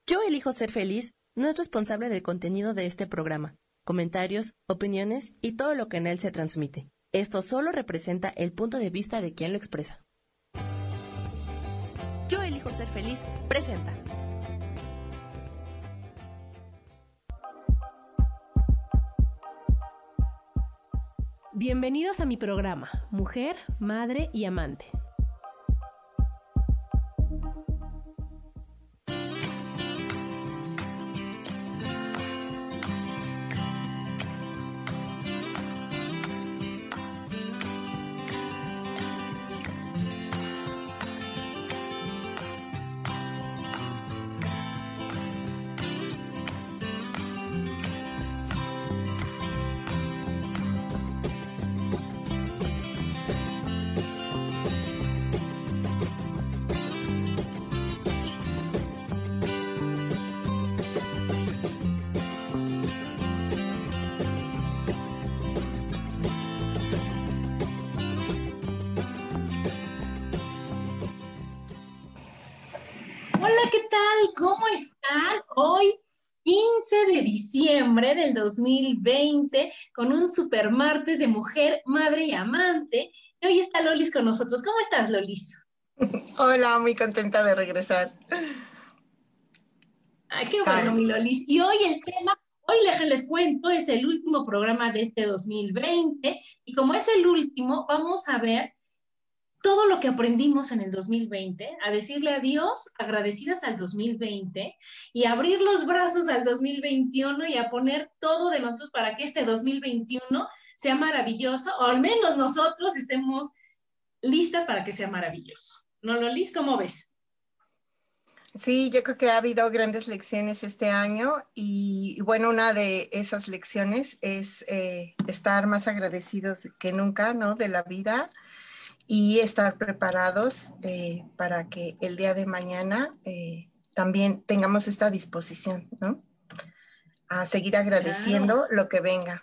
Yo elijo ser feliz no es responsable del contenido de este programa, comentarios, opiniones y todo lo que en él se transmite. Esto solo representa el punto de vista de quien lo expresa. Yo elijo ser feliz presenta. Bienvenidos a mi programa, Mujer, Madre y Amante. Hola, ¿qué tal? ¿Cómo están? Hoy, 15 de diciembre del 2020, con un super martes de mujer, madre y amante. Y hoy está Lolis con nosotros. ¿Cómo estás, Lolis? Hola, muy contenta de regresar. Ay, qué bueno, mi Lolis. Y hoy el tema, hoy les cuento, es el último programa de este 2020. Y como es el último, vamos a ver todo lo que aprendimos en el 2020, a decirle adiós, agradecidas al 2020 y abrir los brazos al 2021 y a poner todo de nosotros para que este 2021 sea maravilloso, o al menos nosotros estemos listas para que sea maravilloso. ¿No, Lolis? ¿Cómo ves? Sí, yo creo que ha habido grandes lecciones este año y bueno, una de esas lecciones es estar más agradecidos que nunca, ¿no? De la vida y estar preparados para que el día de mañana también tengamos esta disposición, ¿no? A seguir agradeciendo lo que venga.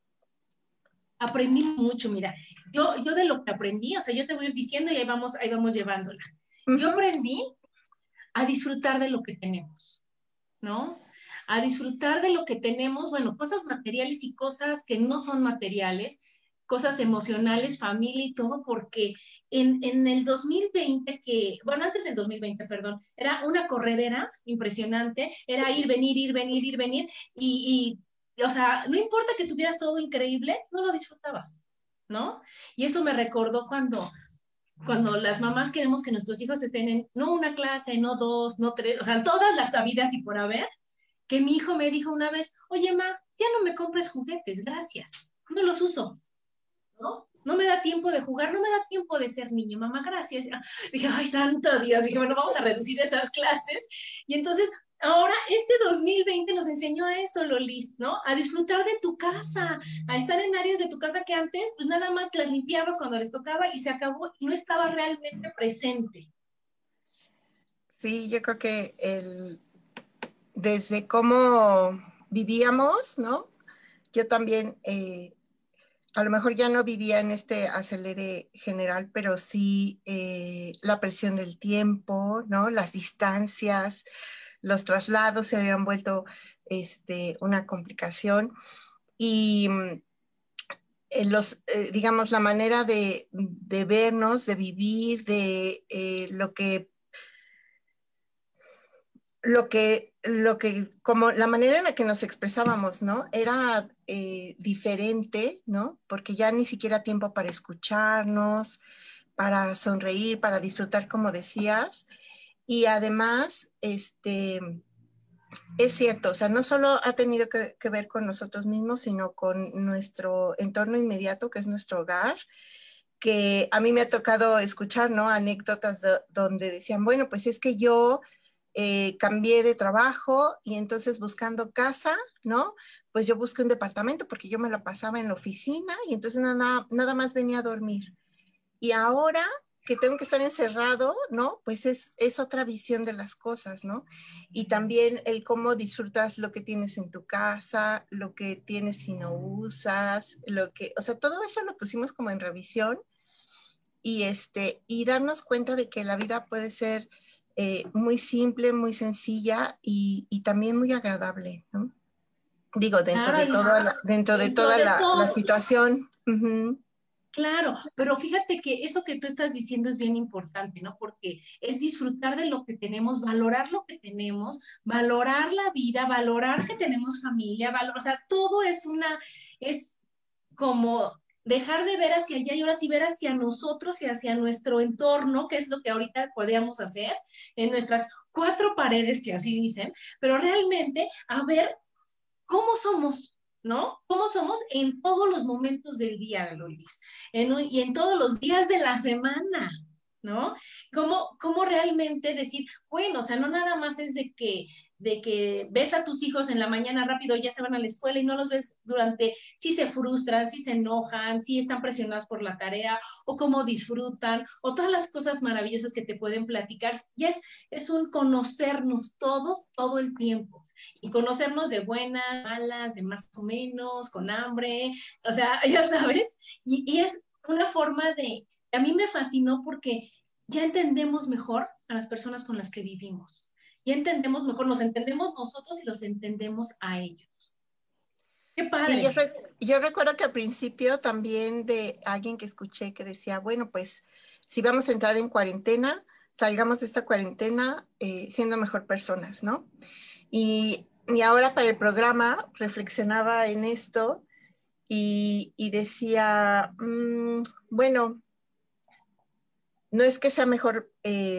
Aprendí mucho, mira, yo de lo que aprendí, o sea, yo te voy a ir diciendo y ahí vamos llevándola. Yo aprendí a disfrutar de lo que tenemos, ¿no? A disfrutar de lo que tenemos, bueno, cosas materiales y cosas que no son materiales, cosas emocionales, familia y todo, porque en el 2020, bueno, antes del 2020, perdón, era una corredera impresionante, era ir, venir, ir, venir, ir, venir, o sea, no importa que tuvieras todo increíble, no lo disfrutabas, ¿no? Y eso me recordó cuando las mamás queremos que nuestros hijos estén en, no una clase, no dos, no tres, o sea, todas las sabidas y por haber, que mi hijo me dijo una vez, oye, ma, ya no me compres juguetes, gracias, no los uso, ¿no? No me da tiempo de jugar, no me da tiempo de ser niño, mamá, gracias. Dije, ay, santo Dios, dije, bueno, vamos a reducir esas clases. Y entonces, ahora, este 2020 nos enseñó a eso, Lolis, ¿no? A disfrutar de tu casa, a estar en áreas de tu casa que antes, pues nada más las limpiabas cuando les tocaba y se acabó y no estaba realmente presente. Sí, yo creo que desde cómo vivíamos, ¿no? Yo también a lo mejor ya no vivía en este acelere general, pero sí la presión del tiempo, ¿no? Las distancias, los traslados se habían vuelto una complicación y digamos, la manera de vernos, de vivir, de como la manera en la que nos expresábamos, ¿no? Era diferente, ¿no? Porque ya ni siquiera tiempo para escucharnos, para sonreír, para disfrutar, como decías. Y además, es cierto, o sea, no solo ha tenido que ver con nosotros mismos, sino con nuestro entorno inmediato, que es nuestro hogar, que a mí me ha tocado escuchar, ¿no? Anécdotas donde decían, bueno, pues es que yo cambié de trabajo y entonces buscando casa, ¿no? Pues yo busqué un departamento porque yo me la pasaba en la oficina y entonces nada más venía a dormir. Y ahora que tengo que estar encerrado, ¿no? Pues es otra visión de las cosas, ¿no? Y también el cómo disfrutas lo que tienes en tu casa, lo que tienes si no usas, o sea, todo eso lo pusimos como en revisión y darnos cuenta de que la vida puede ser muy simple, muy sencilla y también muy agradable, ¿no? Digo, dentro Claro, de toda la situación. Uh-huh. Claro, pero fíjate que eso que tú estás diciendo es bien importante, ¿no? Porque es disfrutar de lo que tenemos, valorar lo que tenemos, valorar la vida, valorar que tenemos familia, o sea, todo es como dejar de ver hacia allá y ahora sí ver hacia nosotros y hacia nuestro entorno, que es lo que ahorita podríamos hacer en nuestras cuatro paredes, que así dicen, pero realmente a ver cómo somos, ¿no? ¿Cómo somos en todos los momentos del día, Lolis? Y en todos los días de la semana, ¿no? ¿Cómo realmente decir, bueno, o sea, no nada más es de que ves a tus hijos en la mañana rápido, ya se van a la escuela y no los ves si se frustran, si se enojan, si están presionados por la tarea, o cómo disfrutan, o todas las cosas maravillosas que te pueden platicar. Ya es un conocernos todos, todo el tiempo y conocernos de buenas, malas, de más o menos, con hambre, o sea, ya sabes, y es una forma a mí me fascinó porque ya entendemos mejor a las personas con las que vivimos, ya entendemos mejor, nos entendemos nosotros y los entendemos a ellos. ¡Qué Sí, padre! yo recuerdo que al principio también de alguien que escuché que decía, bueno, pues si vamos a entrar en cuarentena, salgamos de esta cuarentena siendo mejor personas, ¿no? Y ahora para el programa reflexionaba en esto y decía, bueno, no es que sea mejor,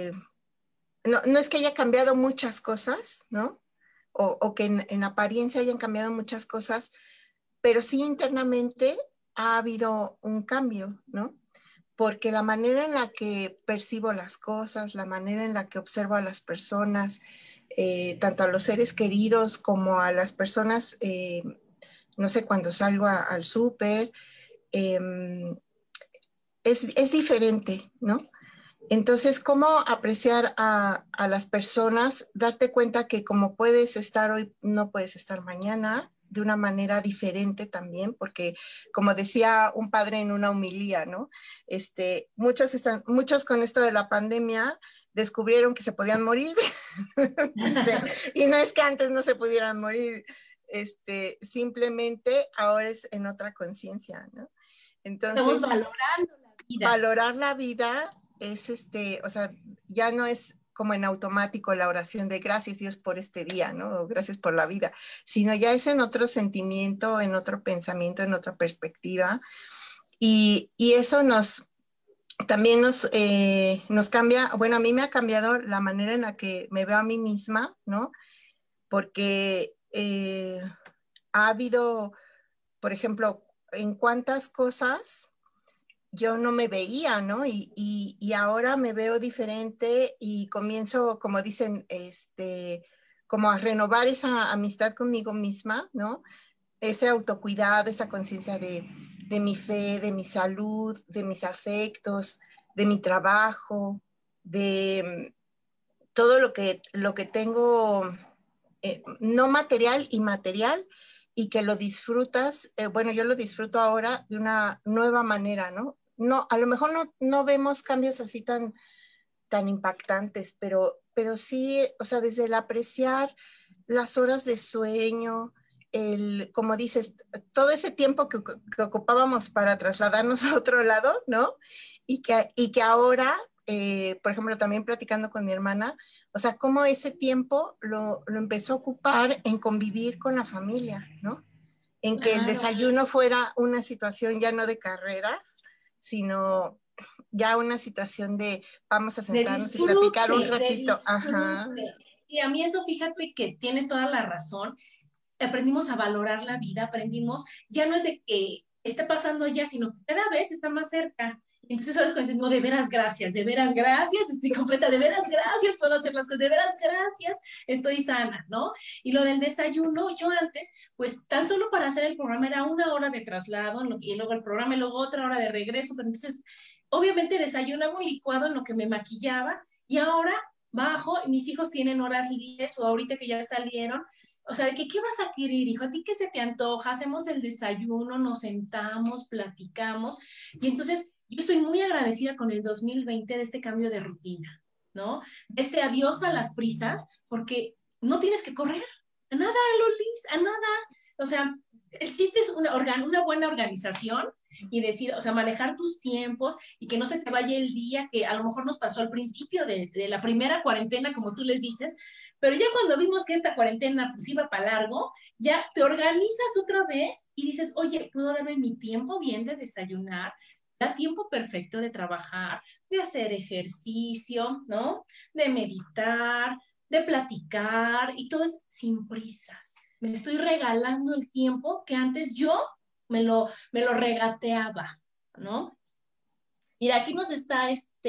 no es que haya cambiado muchas cosas, ¿no? O que en apariencia hayan cambiado muchas cosas, pero sí internamente ha habido un cambio, ¿no? Porque la manera en la que percibo las cosas, la manera en la que observo a las personas, tanto a los seres queridos como a las personas, no sé, cuando salgo al súper, es diferente, ¿no? Entonces, ¿cómo apreciar a las personas? Darte cuenta que como puedes estar hoy, no puedes estar mañana, de una manera diferente también, porque como decía un padre en una homilía, ¿no? Muchos con esto de la pandemia descubrieron que se podían morir, y no es que antes no se pudieran morir, simplemente ahora es en otra conciencia, ¿no? Estamos Entonces, valorando la vida. valorar la vida es o sea, ya no es como en automático la oración de gracias Dios por este día, ¿no? O gracias por la vida, sino ya es en otro sentimiento, en otro pensamiento, en otra perspectiva. Y eso también nos cambia, bueno, a mí me ha cambiado la manera en la que me veo a mí misma, ¿no? Porque ha habido, por ejemplo, en cuántas cosas yo no me veía, ¿no? Y ahora me veo diferente y comienzo, como dicen, como a renovar esa amistad conmigo misma, ¿no? Ese autocuidado, esa conciencia de mi fe, de mi salud, de mis afectos, de mi trabajo, de todo lo que tengo, no material y material, y que lo disfrutas, bueno, yo lo disfruto ahora de una nueva manera, ¿no? No, a lo mejor no vemos cambios así tan impactantes, pero sí, o sea, desde el apreciar las horas de sueño, como dices, todo ese tiempo que ocupábamos para trasladarnos a otro lado, ¿no? Y que ahora, por ejemplo, también platicando con mi hermana, o sea, cómo ese tiempo lo empezó a ocupar en convivir con la familia, ¿no? En que el desayuno fuera una situación ya no de carreras, sino ya una situación de vamos a sentarnos y platicar un ratito. Ajá. Y a mí eso, fíjate que tienes toda la razón. Aprendimos a valorar la vida, aprendimos, ya no es de que esté pasando allá, sino que cada vez está más cerca. Entonces ahora es cuando dices, no, de veras gracias, estoy completa, de veras gracias, puedo hacer las cosas, de veras gracias, estoy sana, ¿no? Y lo del desayuno, yo antes, pues tan solo para hacer el programa era 1 hora de traslado, y luego el programa, y luego otra hora de regreso, pero entonces, obviamente desayunaba un licuado en lo que me maquillaba, y ahora bajo, y mis hijos tienen horas libres, o ahorita que ya salieron, o sea, ¿qué vas a querer, hijo? ¿A ti qué se te antoja? Hacemos el desayuno, nos sentamos, platicamos. Y entonces yo estoy muy agradecida con el 2020 de este cambio de rutina. ¿no? Este adiós a las prisas, porque no tienes que correr a nada, Lolis, a nada. O sea, el chiste es una buena organización y decir, o sea, manejar tus tiempos y que no se te vaya el día, que a lo mejor nos pasó al principio de la primera cuarentena, como tú les dices, pero ya cuando vimos que esta cuarentena pues iba para largo, ya te organizas otra vez y dices, oye, puedo darme mi tiempo bien de desayunar, da tiempo perfecto de trabajar, de hacer ejercicio, ¿no? De meditar, de platicar, y todo es sin prisas. Me estoy regalando el tiempo que antes yo me lo regateaba, ¿no? Mira, aquí nos está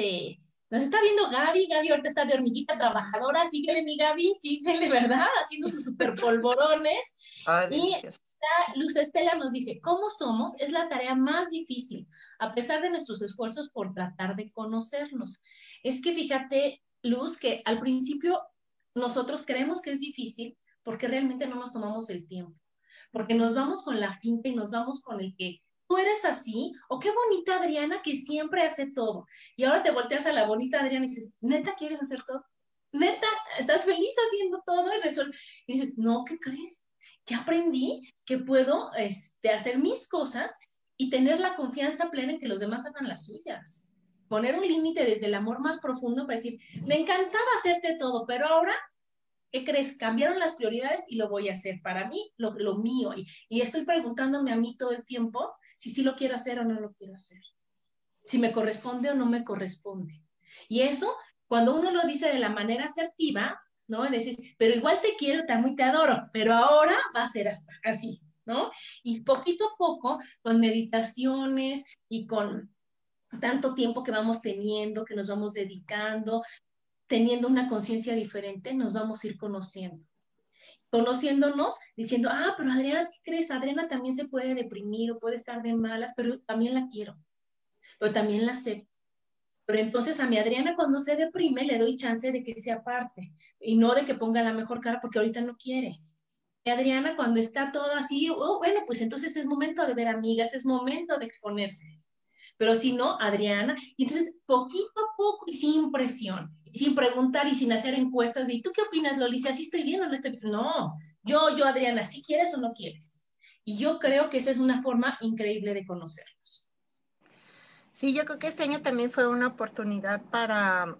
viendo Gaby. Gaby ahorita está de hormiguita trabajadora. Síguele, mi Gaby, síguele, ¿verdad? Haciendo sus super polvorones. Ah, y delicioso. Luz Estela nos dice, ¿cómo somos? Es la tarea más difícil, a pesar de nuestros esfuerzos por tratar de conocernos. Es que fíjate, Luz, que al principio nosotros creemos que es difícil porque realmente no nos tomamos el tiempo, porque nos vamos con la finta y nos vamos con el que tú eres así, o qué bonita Adriana que siempre hace todo. Y ahora te volteas a la bonita Adriana y dices, ¿neta quieres hacer todo? ¿Neta estás feliz haciendo todo? Y dices, no, ¿qué crees? Ya aprendí que puedo hacer mis cosas y tener la confianza plena en que los demás hagan las suyas. Poner un límite desde el amor más profundo para decir, me encantaba hacerte todo, pero ahora, ¿qué crees? Cambiaron las prioridades y lo voy a hacer para mí, lo mío. Y estoy preguntándome a mí todo el tiempo si sí lo quiero hacer o no lo quiero hacer. Si me corresponde o no me corresponde. Y eso, cuando uno lo dice de la manera asertiva, ¿no? Decís, pero igual te quiero, te adoro, pero ahora va a ser hasta así, ¿no? Y poquito a poco, con meditaciones y con tanto tiempo que vamos teniendo, que nos vamos dedicando, teniendo una conciencia diferente, nos vamos a ir conociendo. Conociéndonos, diciendo, pero Adriana, ¿qué crees? Adriana también se puede deprimir o puede estar de malas, pero también la quiero, pero también la acepto. Pero entonces a mi Adriana cuando se deprime le doy chance de que se aparte y no de que ponga la mejor cara porque ahorita no quiere. Mi Adriana cuando está todo así, bueno, pues entonces es momento de ver amigas, es momento de exponerse. Pero si no, Adriana, y entonces poquito a poco y sin presión, y sin preguntar y sin hacer encuestas de, ¿y tú qué opinas, Loli? Si así estoy bien o no estoy bien. No, yo, Adriana, ¿sí quieres o no quieres? Y yo creo que esa es una forma increíble de conocerlos. Sí, yo creo que este año también fue una oportunidad para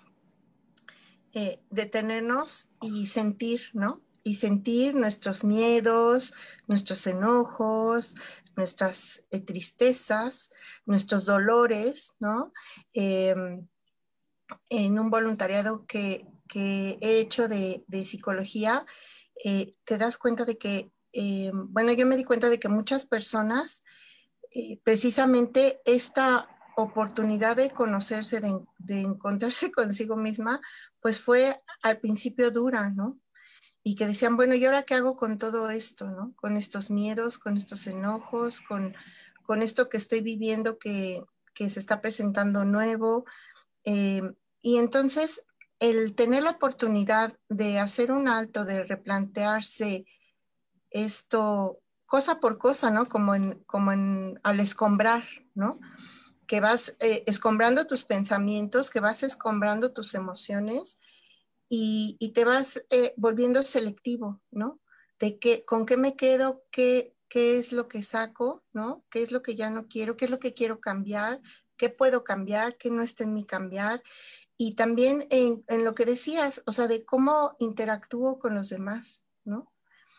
detenernos y sentir, ¿no? Y sentir nuestros miedos, nuestros enojos, nuestras tristezas, nuestros dolores, ¿no? En un voluntariado que he hecho de psicología, te das cuenta de que, bueno, yo me di cuenta de que muchas personas, precisamente esta oportunidad de conocerse, de encontrarse consigo misma, pues fue al principio dura, ¿no? Y que decían, bueno, ¿y ahora qué hago con todo esto, no? Con estos miedos, con estos enojos, con esto que estoy viviendo que se está presentando nuevo. Y entonces, el tener la oportunidad de hacer un alto, de replantearse esto cosa por cosa, ¿no? Como al escombrar, ¿no? Que vas escombrando tus pensamientos, que vas escombrando tus emociones y te vas volviendo selectivo, ¿no? De con qué me quedo, qué es lo que saco, ¿no? ¿Qué es lo que ya no quiero? ¿Qué es lo que quiero cambiar? ¿Qué puedo cambiar? ¿Qué no está en mí cambiar? Y también en lo que decías, o sea, de cómo interactúo con los demás, ¿no?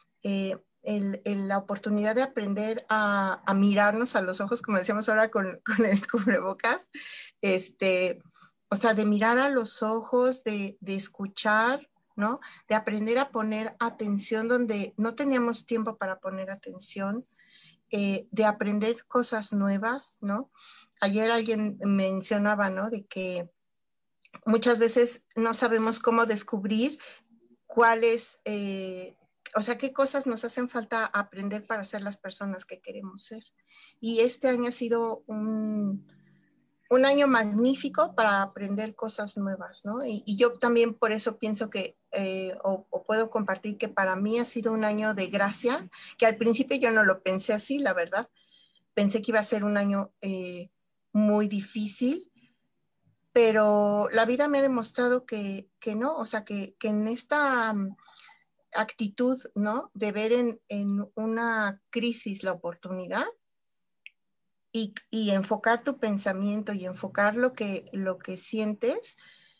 La oportunidad de aprender a mirarnos a los ojos, como decíamos ahora con el cubrebocas, o sea, de mirar a los ojos, de escuchar, ¿no? De aprender a poner atención donde no teníamos tiempo para poner atención, de aprender cosas nuevas, ¿no? Ayer alguien mencionaba, ¿no? De que muchas veces no sabemos cómo descubrir cuáles, o sea, qué cosas nos hacen falta aprender para ser las personas que queremos ser. Y este año ha sido un año magnífico para aprender cosas nuevas, ¿no? Y yo también por eso pienso que, o puedo compartir que para mí ha sido un año de gracia, que al principio yo no lo pensé así, la verdad. Pensé que iba a ser un año muy difícil, pero la vida me ha demostrado que no, o sea, que en esta actitud, ¿no? De ver en una crisis la oportunidad y enfocar tu pensamiento y enfocar lo que sientes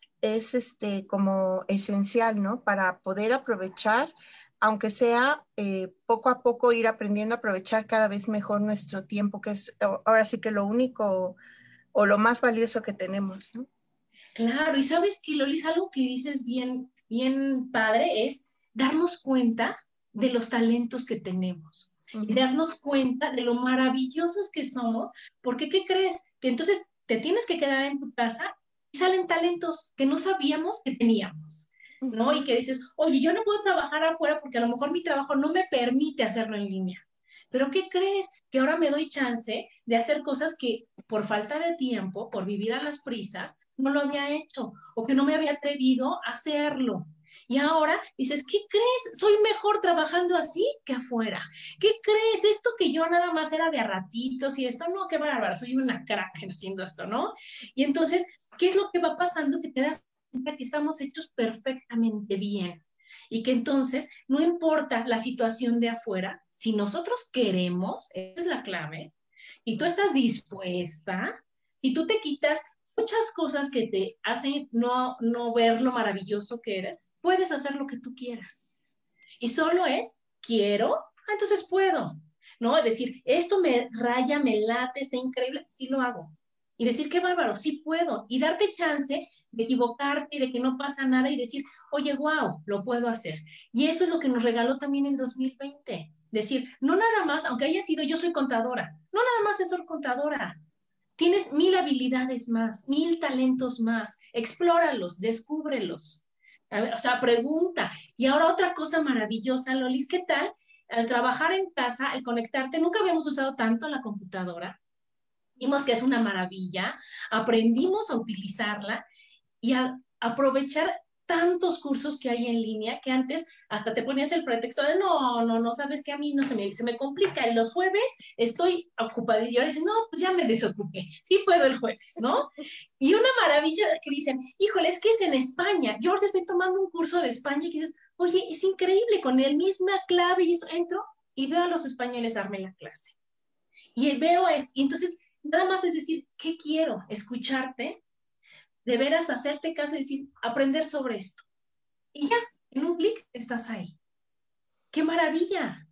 es como esencial, ¿no? Para poder aprovechar, aunque sea poco a poco ir aprendiendo a aprovechar cada vez mejor nuestro tiempo, que es ahora sí que lo único o lo más valioso que tenemos, ¿no? Claro, y sabes que, Lolis, algo que dices bien, bien padre es darnos cuenta de los talentos que tenemos y darnos cuenta de lo maravillosos que somos, porque ¿qué crees? Que entonces te tienes que quedar en tu casa y salen talentos que no sabíamos que teníamos, ¿no? Y que dices, oye, yo no puedo trabajar afuera porque a lo mejor mi trabajo no me permite hacerlo en línea. Pero ¿qué crees? Que ahora me doy chance de hacer cosas que por falta de tiempo, por vivir a las prisas, no lo había hecho o que no me había atrevido a hacerlo. Y ahora dices, ¿qué crees? Soy mejor trabajando así que afuera. ¿Qué crees? Esto que yo nada más era de a ratitos y esto, no, qué bárbaro, soy una crack haciendo esto, ¿no? Y entonces, ¿qué es lo que va pasando? Que te das cuenta que estamos hechos perfectamente bien. Y que entonces no importa la situación de afuera, si nosotros queremos, esa es la clave, y tú estás dispuesta, si tú te quitas muchas cosas que te hacen no ver lo maravilloso que eres, puedes hacer lo que tú quieras. Y solo es, quiero, entonces puedo. ¿No? Es decir, esto me raya, me late, está increíble, sí lo hago. Y decir, qué bárbaro, sí puedo. Y darte chance de equivocarte y de que no pasa nada y decir, oye, wow, lo puedo hacer. Y eso es lo que nos regaló también en 2020. Decir, no nada más, aunque haya sido yo soy contadora, no nada más es ser contadora. Tienes 1000 habilidades más, 1000 talentos más. Explóralos, descúbrelos. A ver, o sea, pregunta. Y ahora otra cosa maravillosa, Lolis, ¿qué tal? Al trabajar en casa, al conectarte, nunca habíamos usado tanto la computadora. Vimos que es una maravilla, aprendimos a utilizarla y a aprovechar tantos cursos que hay en línea que antes hasta te ponías el pretexto de no, sabes que a mí no se me complica. Y los jueves estoy ocupada y ahora dicen, no, pues ya me desocupé, sí puedo el jueves, ¿no? Y una maravilla que dicen, híjole, es que es en España. Yo ahora estoy tomando un curso de España y dices, oye, es increíble, con la misma clave y esto entro y veo a los españoles darme la clase. Y veo esto, y entonces nada más es decir, ¿qué quiero? Escucharte, de veras hacerte caso y decir, aprender sobre esto. Y ya, en un clic estás ahí. ¡Qué maravilla!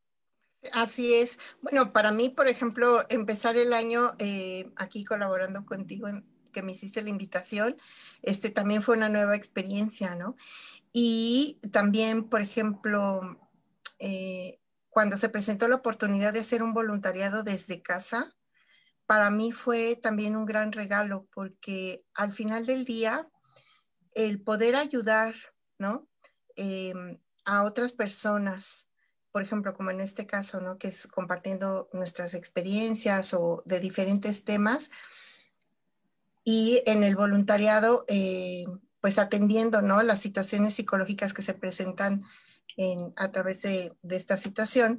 Así es. Bueno, para mí, por ejemplo, empezar el año aquí colaborando contigo, que me hiciste la invitación, también fue una nueva experiencia, ¿no? Y también, por ejemplo, cuando se presentó la oportunidad de hacer un voluntariado desde casa, para mí fue también un gran regalo, porque al final del día, el poder ayudar, ¿no? A otras personas, por ejemplo, como en este caso, ¿no? Que es compartiendo nuestras experiencias o de diferentes temas, y en el voluntariado, pues atendiendo, ¿no? Las situaciones psicológicas que se presentan a través de esta situación,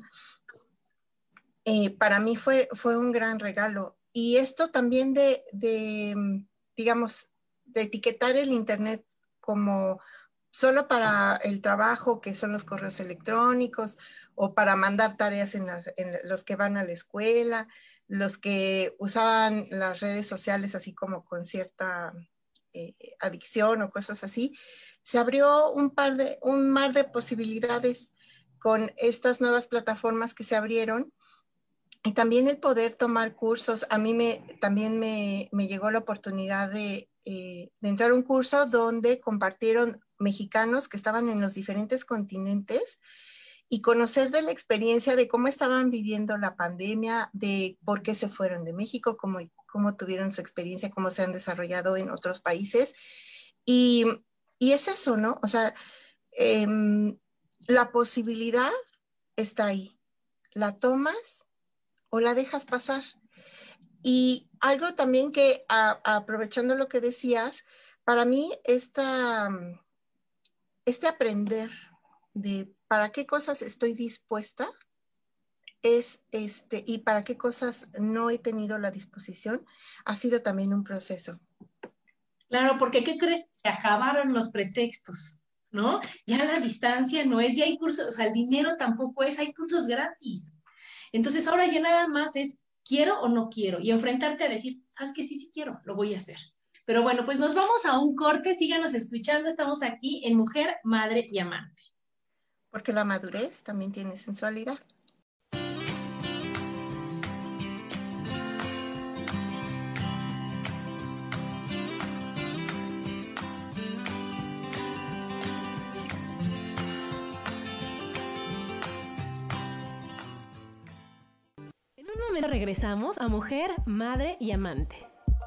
para mí fue un gran regalo. Y esto también digamos, de etiquetar el Internet como solo para el trabajo, que son los correos electrónicos, o para mandar tareas en los que van a la escuela, los que usaban las redes sociales así como con cierta adicción o cosas así, se abrió un mar de posibilidades con estas nuevas plataformas que se abrieron. Y también el poder tomar cursos. A mí también me llegó la oportunidad de entrar a un curso donde compartieron mexicanos que estaban en los diferentes continentes y conocer de la experiencia de cómo estaban viviendo la pandemia, de por qué se fueron de México, cómo tuvieron su experiencia, cómo se han desarrollado en otros países. Y es eso, ¿no? O sea, la posibilidad está ahí. La tomas o la dejas pasar. Y algo también que, aprovechando lo que decías, para mí aprender de para qué cosas estoy dispuesta y para qué cosas no he tenido la disposición, ha sido también un proceso. Claro, porque ¿qué crees? Se acabaron los pretextos, ¿no? Ya la distancia no es, ya hay cursos, o sea, el dinero tampoco es, hay cursos gratis. Entonces ahora ya nada más es, ¿quiero o no quiero? Y enfrentarte a decir, ¿sabes qué? Sí, sí quiero, lo voy a hacer. Pero bueno, pues nos vamos a un corte, síganos escuchando, estamos aquí en Mujer, Madre y Amante. Porque la madurez también tiene sensualidad. En un momento regresamos a Mujer, Madre y Amante.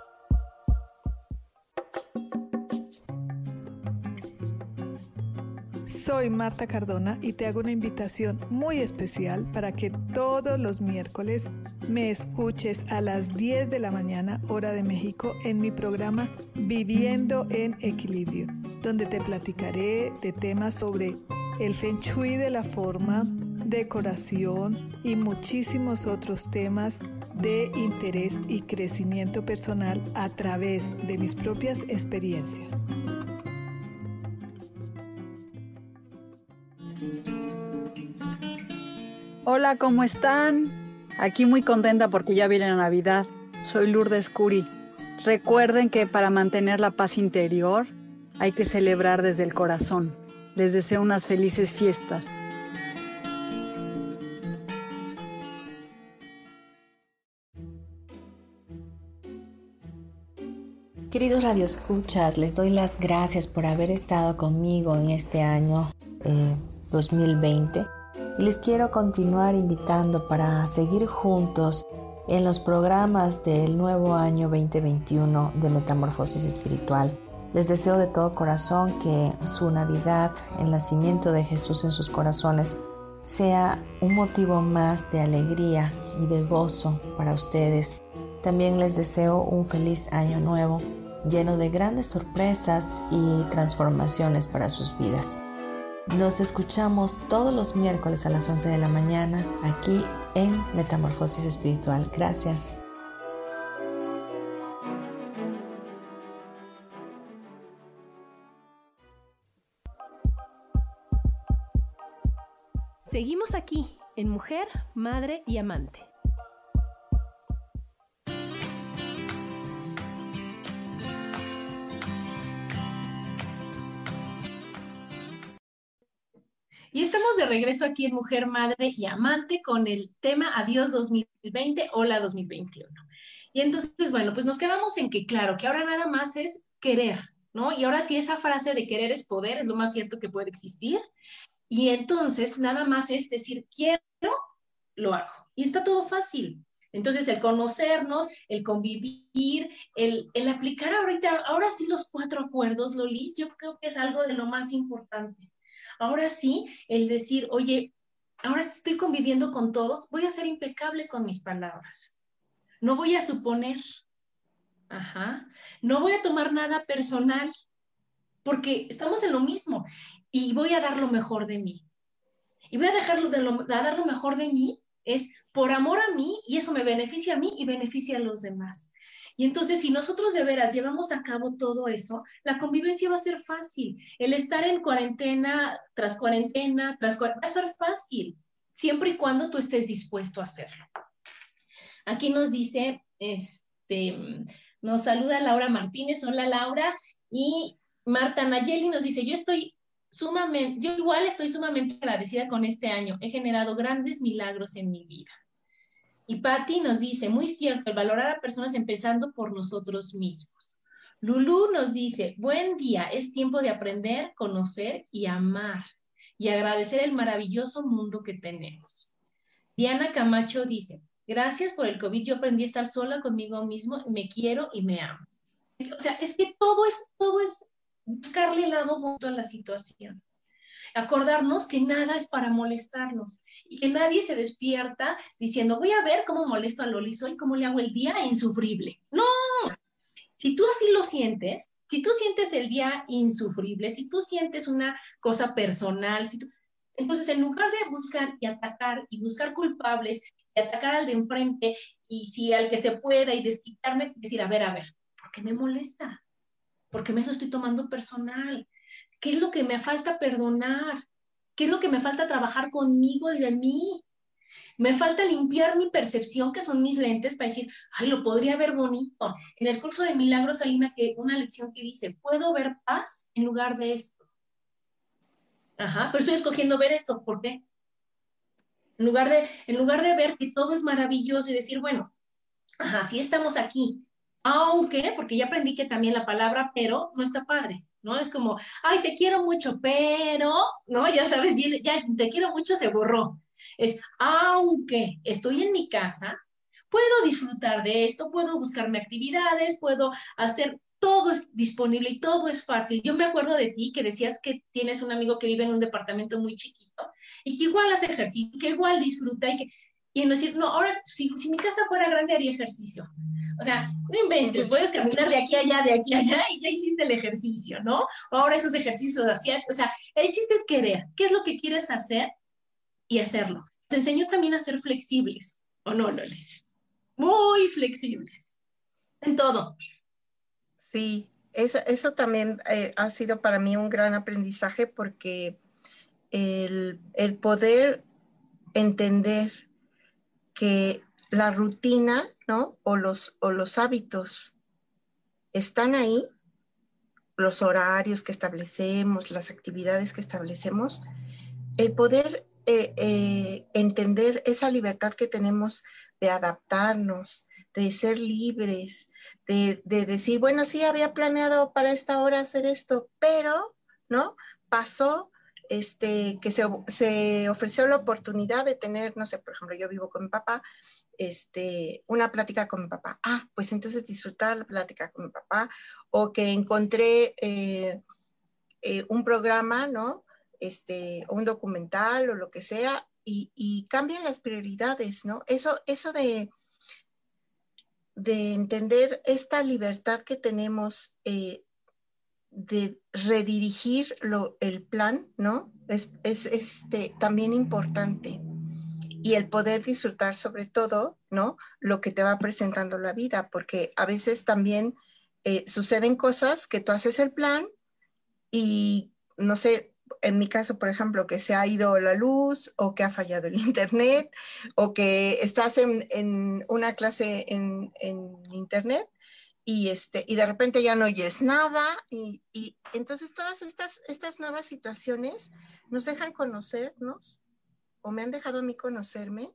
Soy Marta Cardona y te hago una invitación muy especial para que todos los miércoles me escuches a las 10 de la mañana, hora de México, en mi programa Viviendo en Equilibrio, donde te platicaré de temas sobre el Feng Shui de la forma, decoración y muchísimos otros temas de interés y crecimiento personal a través de mis propias experiencias. Hola, ¿cómo están? Aquí muy contenta porque ya viene la Navidad. Soy Lourdes Curi. Recuerden que para mantener la paz interior hay que celebrar desde el corazón. Les deseo unas felices fiestas. Queridos radioescuchas, les doy las gracias por haber estado conmigo en este año 2020 y les quiero continuar invitando para seguir juntos en los programas del nuevo año 2021 de Metamorfosis Espiritual. Les deseo de todo corazón que su Navidad, el nacimiento de Jesús en sus corazones, sea un motivo más de alegría y de gozo para ustedes. También les deseo un feliz año nuevo, lleno de grandes sorpresas y transformaciones para sus vidas. Nos escuchamos todos los miércoles a las 11 de la mañana aquí en Metamorfosis Espiritual. Gracias. Seguimos aquí en Mujer, Madre y Amante. Y estamos de regreso aquí en Mujer, Madre y Amante con el tema Adiós 2020, Hola 2021. Y entonces, bueno, pues nos quedamos en que, claro, que ahora nada más es querer, ¿no? Y ahora sí esa frase de querer es poder, es lo más cierto que puede existir. Y entonces nada más es decir, quiero, lo hago. Y está todo fácil. Entonces, el conocernos, el convivir, el aplicar ahora sí los 4 acuerdos, Lolis, yo creo que es algo de lo más importante. Ahora sí, el decir, oye, ahora estoy conviviendo con todos, voy a ser impecable con mis palabras. No voy a suponer. Ajá. No voy a tomar nada personal, porque estamos en lo mismo. Y voy a dar lo mejor de mí. Y voy a dar lo mejor de mí, es por amor a mí, y eso me beneficia a mí y beneficia a los demás. Y entonces, si nosotros de veras llevamos a cabo todo eso, la convivencia va a ser fácil. El estar en cuarentena, va a ser fácil, siempre y cuando tú estés dispuesto a hacerlo. Aquí nos dice, nos saluda Laura Martínez. Hola, Laura. Y Marta Nayeli nos dice, yo igual estoy sumamente agradecida con este año. He generado grandes milagros en mi vida. Y Patti nos dice, muy cierto, el valorar a personas empezando por nosotros mismos. Lulú nos dice, buen día, es tiempo de aprender, conocer y amar y agradecer el maravilloso mundo que tenemos. Diana Camacho dice, gracias por el COVID, yo aprendí a estar sola conmigo mismo, me quiero y me amo. O sea, es que todo es buscarle el lado bueno a la situación. Acordarnos que nada es para molestarnos y que nadie se despierta diciendo, voy a ver cómo molesto a Lolis hoy, cómo le hago el día insufrible. No, si tú así lo sientes, si tú sientes el día insufrible, si tú sientes una cosa personal, entonces en lugar de buscar y atacar y buscar culpables y atacar al de enfrente y si al que se pueda y desquitarme, decir, a ver, ¿por qué me molesta? porque me lo estoy tomando personal. ¿Qué es lo que me falta perdonar? ¿Qué es lo que me falta trabajar conmigo y de mí? Me falta limpiar mi percepción, que son mis lentes, para decir, ay, lo podría ver bonito. En el curso de milagros hay una lección que dice, puedo ver paz en lugar de esto. Ajá, pero estoy escogiendo ver esto. ¿Por qué? En lugar de ver que todo es maravilloso y decir, bueno, ajá, sí estamos aquí, aunque, porque ya aprendí que también la palabra pero no está padre, ¿no? Es como, ay, te quiero mucho, pero, ¿no? Ya sabes bien, ya te quiero mucho se borró. Es, aunque estoy en mi casa, puedo disfrutar de esto, puedo buscarme actividades, puedo hacer, todo es disponible y todo es fácil. Yo me acuerdo de ti que decías que tienes un amigo que vive en un departamento muy chiquito y que igual hace ejercicio, que igual disfruta y no decir, no, ahora si mi casa fuera grande haría ejercicio. O sea, no inventes, puedes caminar de aquí a allá y ya hiciste el ejercicio, ¿no? O ahora esos ejercicios hacían, o sea, el chiste es querer. ¿Qué es lo que quieres hacer? Y hacerlo. Te enseñó también a ser flexibles, ¿o no, Lolis? Muy flexibles en todo. Sí, eso también ha sido para mí un gran aprendizaje porque el poder entender que la rutina, ¿no? O los hábitos están ahí, los horarios que establecemos, las actividades que establecemos, el poder entender esa libertad que tenemos de adaptarnos, de ser libres, de decir, bueno, sí, había planeado para esta hora hacer esto, pero, ¿no? Pasó que se ofreció la oportunidad de tener, no sé, por ejemplo, yo vivo con mi papá, una plática con mi papá. Ah, pues entonces disfrutar la plática con mi papá, o que encontré un programa, ¿no? Un documental o lo que sea, y cambian las prioridades, ¿no? Eso de entender esta libertad que tenemos de redirigir el plan, ¿no? Es también importante. Y el poder disfrutar sobre todo, ¿no? Lo que te va presentando la vida, porque a veces también suceden cosas que tú haces el plan y, no sé, en mi caso, por ejemplo, que se ha ido la luz o que ha fallado el internet o que estás en una clase en internet y de repente ya no oyes nada y entonces todas estas nuevas situaciones nos dejan conocernos o me han dejado a mí conocerme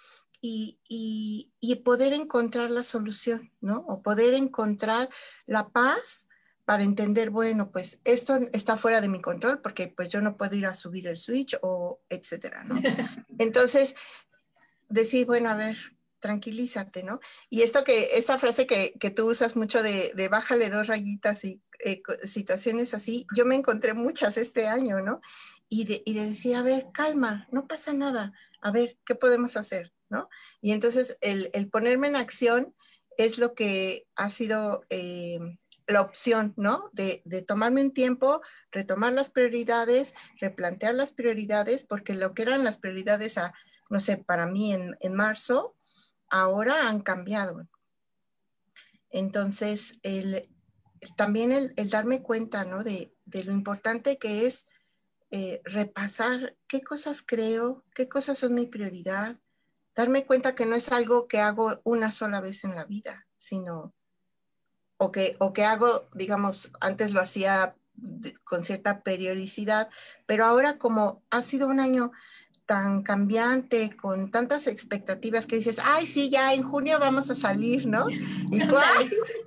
y poder encontrar la solución, ¿no? O poder encontrar la paz para entender, bueno, pues esto está fuera de mi control porque pues yo no puedo ir a subir el switch o etcétera, ¿no? Entonces, decir, bueno, a ver, tranquilízate, ¿no? Y esta frase que tú usas mucho de bájale 2 rayitas y situaciones así, yo me encontré muchas este año, ¿no? Y de decir, a ver, calma, no pasa nada, a ver, ¿qué podemos hacer? ¿No? Y entonces el ponerme en acción es lo que ha sido la opción, ¿no? De tomarme un tiempo, retomar las prioridades, replantear las prioridades, porque lo que eran las prioridades no sé, para mí en marzo, ahora han cambiado. Entonces, también el darme cuenta, ¿no? De lo importante que es repasar qué cosas creo, qué cosas son mi prioridad, darme cuenta que no es algo que hago una sola vez en la vida, sino, o que hago, digamos, antes lo hacía con cierta periodicidad, pero ahora como ha sido un año tan cambiante, con tantas expectativas que dices, ay, sí, ya en junio vamos a salir, ¿no? ¿Y cuál?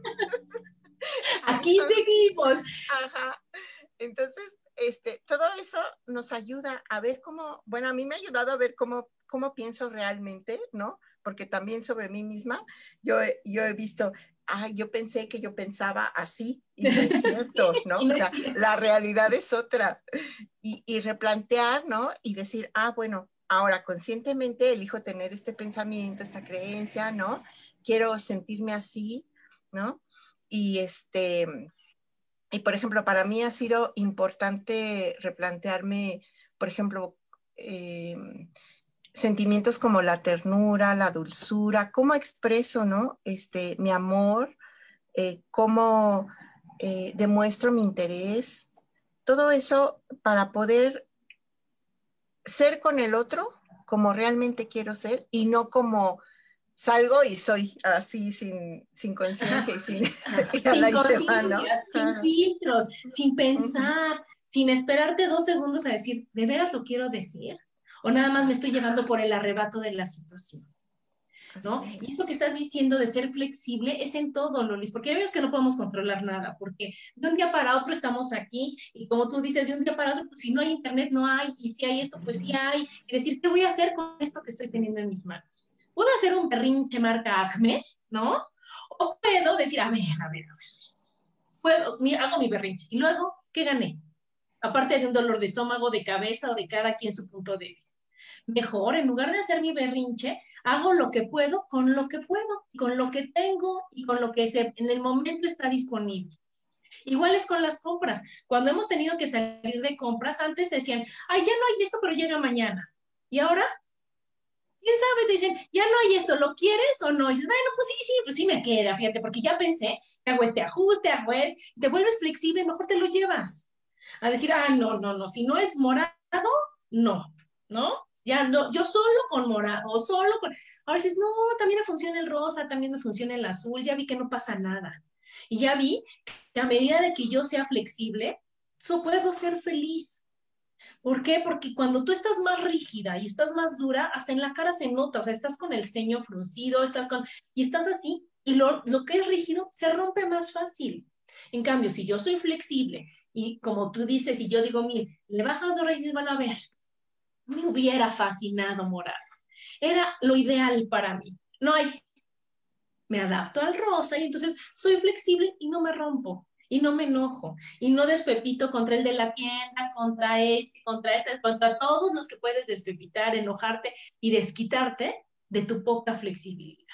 Aquí seguimos. Ajá. Entonces, todo eso nos ayuda a ver bueno, a mí me ha ayudado a ver cómo pienso realmente, ¿no? Porque también sobre mí misma, yo he visto, yo pensé que yo pensaba así, y no es cierto, ¿no? Sí, no o sea, es cierto. La realidad es otra. Y replantear, ¿no? Y decir, bueno, ahora conscientemente elijo tener este pensamiento, esta creencia, ¿no? Quiero sentirme así, ¿no? Y y por ejemplo, para mí ha sido importante replantearme, por ejemplo, sentimientos como la ternura, la dulzura, cómo expreso, ¿no? Mi amor, cómo demuestro mi interés, todo eso para poder ser con el otro como realmente quiero ser y no como salgo y soy así sin conciencia y sin y a la sin conciencia, ¿no? sin filtros, sin pensar, sin esperarte 2 segundos a decir, ¿de veras lo quiero decir? ¿O nada más me estoy llevando por el arrebato de la situación? ¿No? Y eso que estás diciendo de ser flexible es en todo, Lolis, porque ya vemos que no podemos controlar nada, porque de un día para otro estamos aquí y como tú dices, de un día para otro, pues si no hay internet no hay, y si hay esto, pues sí hay, y decir, ¿qué voy a hacer con esto que estoy teniendo en mis manos? ¿Puedo hacer un berrinche marca Acme? ¿No? O puedo decir, a ver, hago mi berrinche, y luego, ¿qué gané? Aparte de un dolor de estómago, de cabeza o de cada quien su punto débil. Mejor, en lugar de hacer mi berrinche, hago lo que puedo, con lo que puedo, con lo que tengo y con lo que en el momento está disponible. Igual es con las compras. Cuando hemos tenido que salir de compras, antes decían, ay, ya no hay esto, pero llega mañana. Y ahora, ¿quién sabe? Te dicen, ya no hay esto, ¿lo quieres o no? Y dices, bueno, pues sí me queda, fíjate, porque ya pensé, hago este ajuste, te vuelves flexible, mejor te lo llevas. A decir, no, si no es morado, no. Ya no, yo solo con morado, solo con... Ahora dices, no, también me funciona el rosa, también me funciona el azul, ya vi que no pasa nada. Y ya vi que a medida de que yo sea flexible, puedo ser feliz. ¿Por qué? Porque cuando tú estás más rígida y estás más dura, hasta en la cara se nota, o sea, estás con el ceño fruncido, y estás así, y lo que es rígido se rompe más fácil. En cambio, si yo soy flexible y como tú dices, y yo digo, mire, le bajas 2 raíces, van a ver, me hubiera fascinado morado. Era lo ideal para mí. No hay, me adapto al rosa y entonces soy flexible y no me rompo y no me enojo y no despepito contra el de la tienda, contra todos los que puedes despepitar, enojarte y desquitarte de tu poca flexibilidad.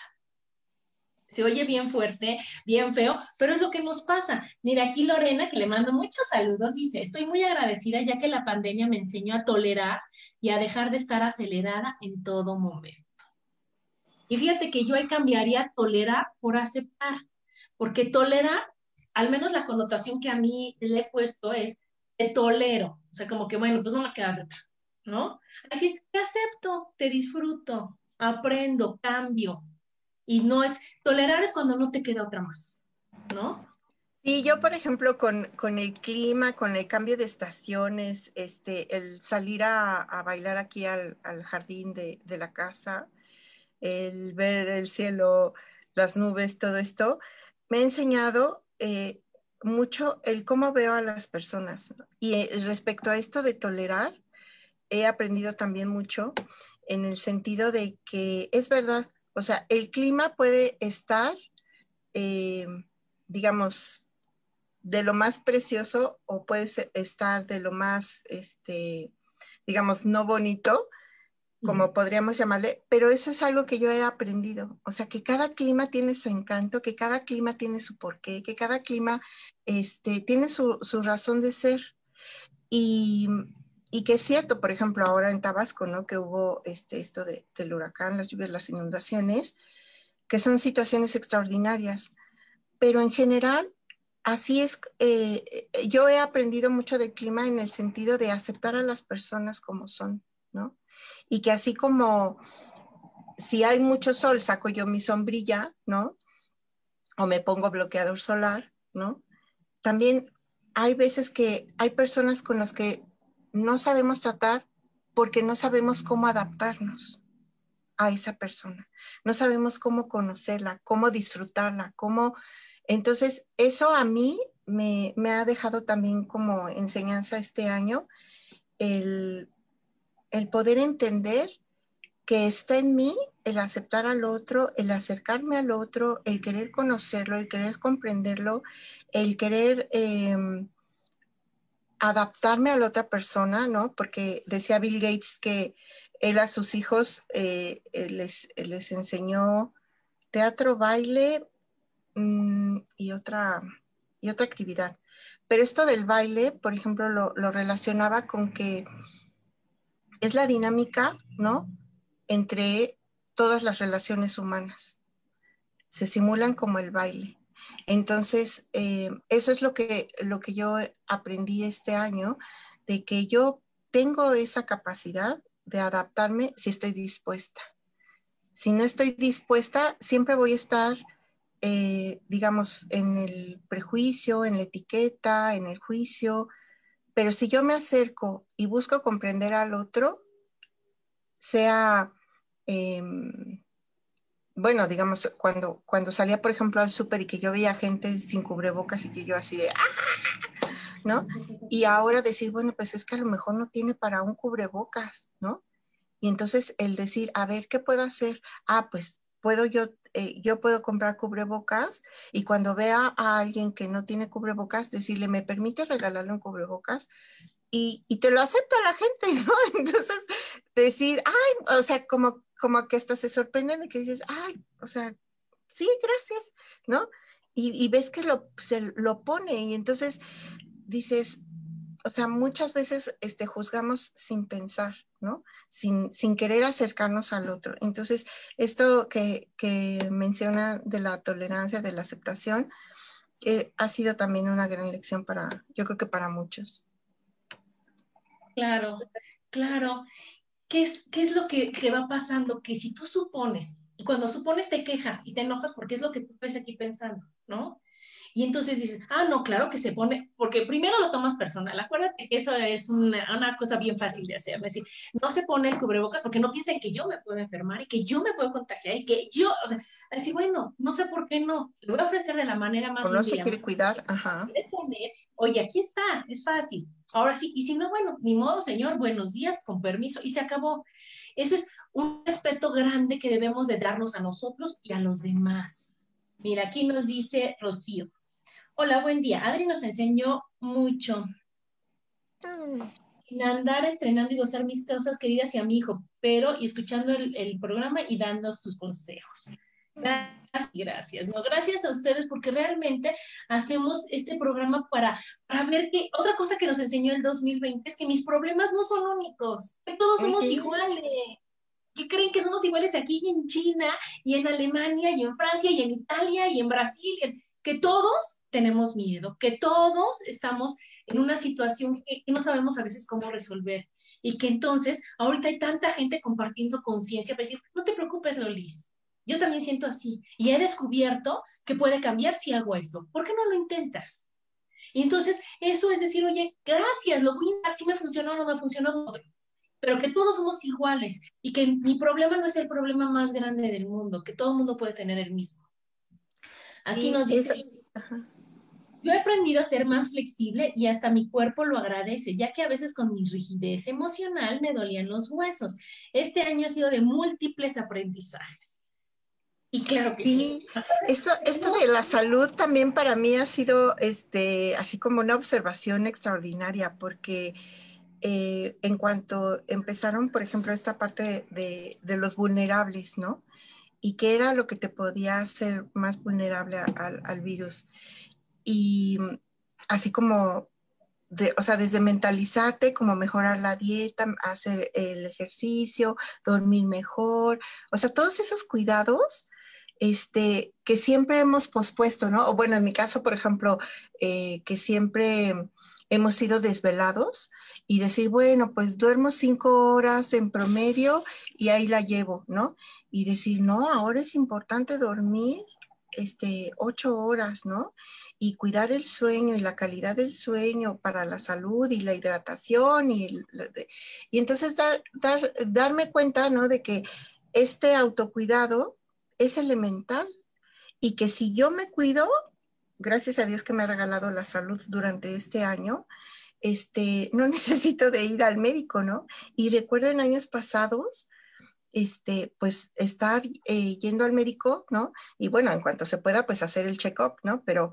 Se oye bien fuerte, bien feo, pero es lo que nos pasa. Mira, aquí Lorena, que le mando muchos saludos, dice, estoy muy agradecida ya que la pandemia me enseñó a tolerar y a dejar de estar acelerada en todo momento. Y fíjate que yo ahí cambiaría tolerar por aceptar, porque tolerar, al menos la connotación que a mí le he puesto es, te tolero, o sea, como que bueno, pues no me queda de otra, ¿no? Así, te acepto, te disfruto, aprendo, cambio. Y no es, tolerar es cuando no te queda otra más, ¿no? Sí, yo por ejemplo con el clima, con el cambio de estaciones, el salir a bailar aquí al jardín de la casa, el ver el cielo, las nubes, todo esto, me ha enseñado mucho el cómo veo a las personas, ¿no? Y respecto a esto de tolerar, he aprendido también mucho en el sentido de que es verdad, o sea, el clima puede estar, digamos, de lo más precioso o puede estar de lo más, digamos, no bonito, como podríamos llamarle, pero eso es algo que yo he aprendido. O sea, que cada clima tiene su encanto, que cada clima tiene su porqué, que cada clima tiene su razón de ser. Y que es cierto, por ejemplo, ahora en Tabasco, ¿no? Que hubo esto del huracán, las lluvias, las inundaciones, que son situaciones extraordinarias. Pero en general, así es. Yo he aprendido mucho del clima en el sentido de aceptar a las personas como son, ¿no? Y que así como si hay mucho sol, saco yo mi sombrilla, ¿no? O me pongo bloqueador solar, ¿no? También hay veces que hay personas con las que no sabemos tratar porque no sabemos cómo adaptarnos a esa persona. No sabemos cómo conocerla, cómo disfrutarla, cómo... Entonces, eso a mí me ha dejado también como enseñanza este año, el poder entender que está en mí el aceptar al otro, el acercarme al otro, el querer conocerlo, el querer comprenderlo, el querer adaptarme a la otra persona, ¿no? Porque decía Bill Gates que él a sus hijos les enseñó teatro, baile y otra actividad. Pero esto del baile, por ejemplo, lo relacionaba con que es la dinámica, ¿no? Entre todas las relaciones humanas. Se simulan como el baile. Entonces, eso es lo que yo aprendí este año, de que yo tengo esa capacidad de adaptarme si estoy dispuesta. Si no estoy dispuesta, siempre voy a estar, digamos, en el prejuicio, en la etiqueta, en el juicio. Pero si yo me acerco y busco comprender al otro, sea, bueno, digamos, cuando salía, por ejemplo, al súper y que yo veía gente sin cubrebocas y que yo así de, ¡ah! ¿No? Y ahora decir, bueno, pues es que a lo mejor no tiene para un cubrebocas, ¿no? Y entonces el decir, a ver, ¿qué puedo hacer? Pues yo puedo comprar cubrebocas y cuando vea a alguien que no tiene cubrebocas, decirle, ¿me permite regalarle un cubrebocas? Y te lo acepta la gente, ¿no? Entonces, decir, ay, o sea, como que hasta se sorprenden de que dices, ay, o sea, sí, gracias, ¿no? Y ves que se lo pone y entonces dices, o sea, muchas veces juzgamos sin pensar, ¿no? Sin querer acercarnos al otro. Entonces, esto que menciona de la tolerancia, de la aceptación, ha sido también una gran lección yo creo que para muchos. Claro, claro. ¿Qué es lo que va pasando? Que si tú supones, y cuando supones te quejas y te enojas porque es lo que tú ves aquí pensando, ¿no? Y entonces dices, no, claro que se pone, porque primero lo tomas personal. Acuérdate que eso es una cosa bien fácil de hacer. Es decir, no se pone el cubrebocas porque no piensen que yo me puedo enfermar y que yo me puedo contagiar y que yo, o sea, así, bueno, no sé por qué no. Le voy a ofrecer de la manera más o no linda. Se quiere cuidar, ajá. ¿Quieres poner? Oye, aquí está, es fácil. Ahora sí, y si no, bueno, ni modo, señor, buenos días, con permiso, y se acabó. Ese es un respeto grande que debemos de darnos a nosotros y a los demás. Mira, aquí nos dice Rocío. Hola, buen día. Adri nos enseñó mucho. Sin andar estrenando y gozar mis causas queridas y a mi hijo, pero y escuchando el programa y dando sus consejos. Gracias. No, gracias a ustedes porque realmente hacemos este programa para ver que otra cosa que nos enseñó el 2020 es que mis problemas no son únicos, que todos somos iguales. ¿Qué creen que somos iguales aquí y en China y en Alemania y en Francia y en Italia y en Brasil? Que todos tenemos miedo, que todos estamos en una situación que no sabemos a veces cómo resolver y que entonces ahorita hay tanta gente compartiendo conciencia para decir, no te preocupes, Lolis, yo también siento así y he descubierto que puede cambiar si hago esto. ¿Por qué no lo intentas? Y entonces eso es decir, oye, gracias, lo voy a intentar, si me funcionó o no me funcionó otro, pero que todos somos iguales y que mi problema no es el problema más grande del mundo, que todo el mundo puede tener el mismo. Aquí nos dice, yo he aprendido a ser más flexible y hasta mi cuerpo lo agradece, ya que a veces con mi rigidez emocional me dolían los huesos. Este año ha sido de múltiples aprendizajes. Y claro que sí. Esto de la salud también para mí ha sido así como una observación extraordinaria, porque en cuanto empezaron, por ejemplo, esta parte de los vulnerables, ¿no? Y qué era lo que te podía hacer más vulnerable al virus. Y así como, o sea, desde mentalizarte, como mejorar la dieta, hacer el ejercicio, dormir mejor, o sea, todos esos cuidados que siempre hemos pospuesto, ¿no? O bueno, en mi caso, por ejemplo, que siempre hemos sido desvelados y decir, bueno, pues duermo 5 horas en promedio y ahí la llevo, ¿no? Y decir, no, ahora es importante dormir 8 horas, ¿no? Y cuidar el sueño y la calidad del sueño para la salud y la hidratación y entonces darme cuenta, ¿no? De que este autocuidado es elemental y que si yo me cuido, gracias a Dios que me ha regalado la salud durante este año, no necesito de ir al médico, ¿no? Y recuerdo en años pasados, pues estar yendo al médico, ¿no? Y bueno, en cuanto se pueda, pues hacer el check-up, ¿no? Pero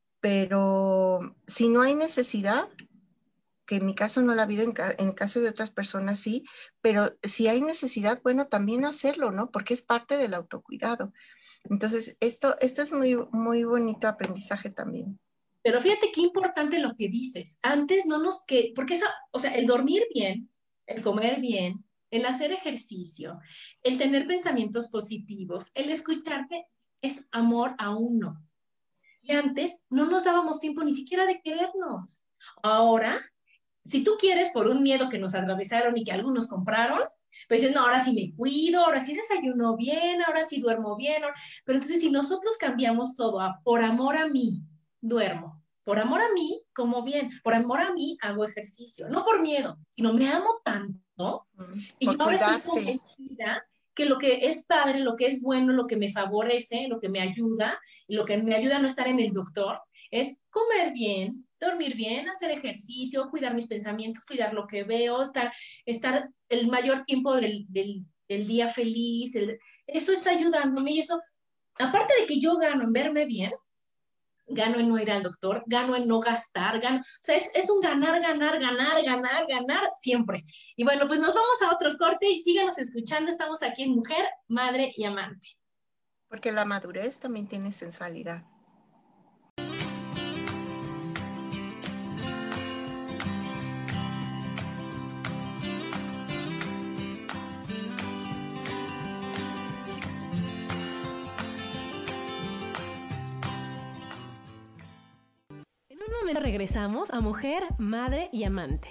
si no hay necesidad, que en mi caso no la ha habido, en el caso de otras personas sí, pero si hay necesidad, bueno, también hacerlo, ¿no? Porque es parte del autocuidado. Entonces, esto es muy, muy bonito aprendizaje también. Pero fíjate qué importante lo que dices. Antes porque o sea, el dormir bien, el comer bien, el hacer ejercicio, el tener pensamientos positivos, el escucharte es amor a uno. Y antes no nos dábamos tiempo ni siquiera de querernos. Ahora, si tú quieres por un miedo que nos atravesaron y que algunos compraron, pues dices, no, ahora sí me cuido, ahora sí desayuno bien, ahora sí duermo bien. Pero entonces si nosotros cambiamos todo a por amor a mí, duermo. Por amor a mí, como bien. Por amor a mí, hago ejercicio. No por miedo, sino me amo tanto. Y yo ahora estoy convencida que lo que es padre, lo que es bueno, lo que me favorece, lo que me ayuda, y lo que me ayuda a no estar en el doctor, es comer bien, dormir bien, hacer ejercicio, cuidar mis pensamientos, cuidar lo que veo, estar el mayor tiempo del día feliz. Eso está ayudándome y eso, aparte de que yo gano en verme bien, gano en no ir al doctor, gano en no gastar, gano, o sea, es un ganar, ganar, ganar, ganar, ganar siempre. Y bueno, pues nos vamos a otro corte y síganos escuchando, estamos aquí en Mujer, Madre y Amante. Porque la madurez también tiene sensualidad. En un momento regresamos a Mujer, Madre y Amante.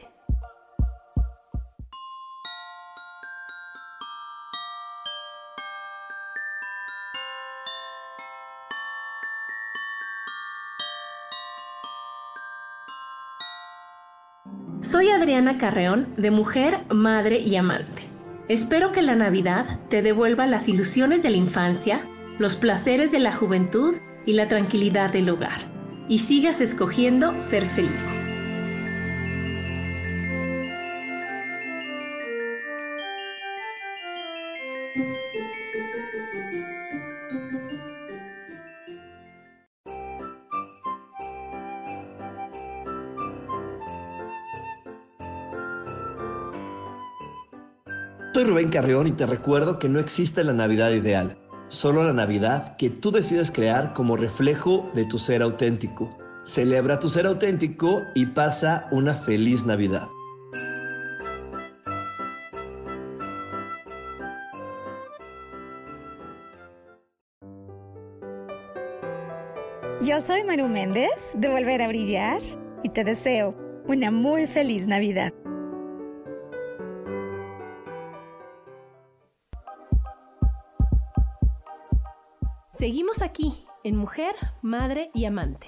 Soy Adriana Carreón de Mujer, Madre y Amante. Espero que la Navidad te devuelva las ilusiones de la infancia, los placeres de la juventud y la tranquilidad del hogar. Y sigas escogiendo ser feliz. Soy Rubén Carreón y te recuerdo que no existe la Navidad ideal, solo la Navidad que tú decides crear como reflejo de tu ser auténtico. Celebra tu ser auténtico y pasa una feliz Navidad. Yo soy Maru Méndez de Volver a Brillar y te deseo una muy feliz Navidad. Seguimos aquí en Mujer, Madre y Amante.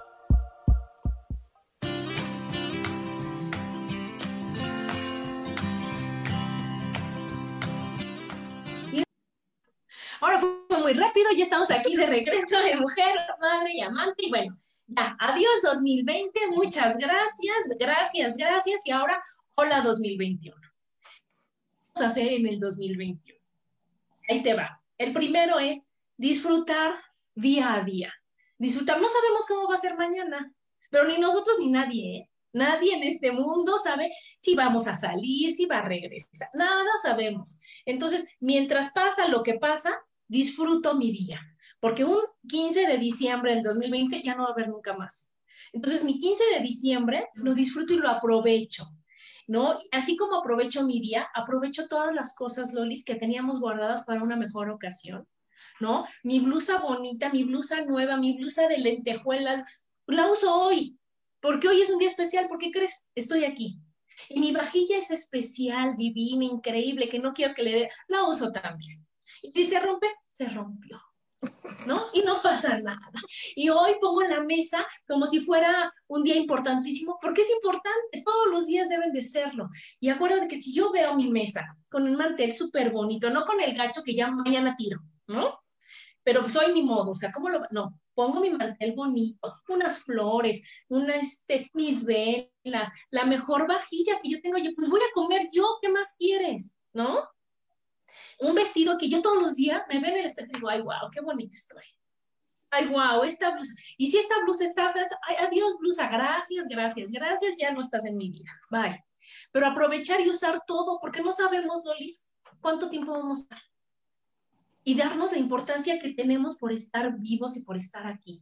Ahora fue muy rápido, ya estamos aquí de regreso de Mujer, Madre y Amante. Y bueno, ya, adiós 2020, muchas gracias, gracias, gracias. Y ahora, hola 2021. ¿Qué vamos a hacer en el 2021? Ahí te va. El primero es disfrutar día a día. Disfrutar, no sabemos cómo va a ser mañana, pero ni nosotros ni nadie, ¿eh? Nadie en este mundo sabe si vamos a salir, si va a regresar, nada sabemos. Entonces, mientras pasa lo que pasa, disfruto mi día, porque un 15 de diciembre del 2020 ya no va a haber nunca más. Entonces, mi 15 de diciembre lo disfruto y lo aprovecho, ¿no? Así como aprovecho mi día, aprovecho todas las cosas, Lolis, que teníamos guardadas para una mejor ocasión, ¿no? Mi blusa bonita, mi blusa nueva, mi blusa de lentejuelas, la uso hoy, porque hoy es un día especial. ¿Por qué crees? Estoy aquí. Y mi vajilla es especial, divina, increíble, que no quiero que le dé, la uso también. Y si se rompe, se rompió, ¿no? Y no pasa nada. Y hoy pongo la mesa como si fuera un día importantísimo, porque es importante, todos los días deben de serlo. Y acuérdate que si yo veo mi mesa con un mantel súper bonito, no con el gacho que ya mañana tiro, ¿no? Pero pues hoy ni modo, o sea, ¿cómo lo...? No, pongo mi mantel bonito, unas flores, mis velas, la mejor vajilla que yo tengo, yo, pues voy a comer yo, ¿qué más quieres? ¿No? Un vestido que yo todos los días me veo en el espejo y digo, ay, wow, qué bonita estoy. Ay, wow, esta blusa. Y si esta blusa está fea, ay, adiós, blusa, gracias, gracias, gracias, ya no estás en mi vida. Bye. Pero aprovechar y usar todo, porque no sabemos, Lolis, cuánto tiempo vamos a estar. Y darnos la importancia que tenemos por estar vivos y por estar aquí.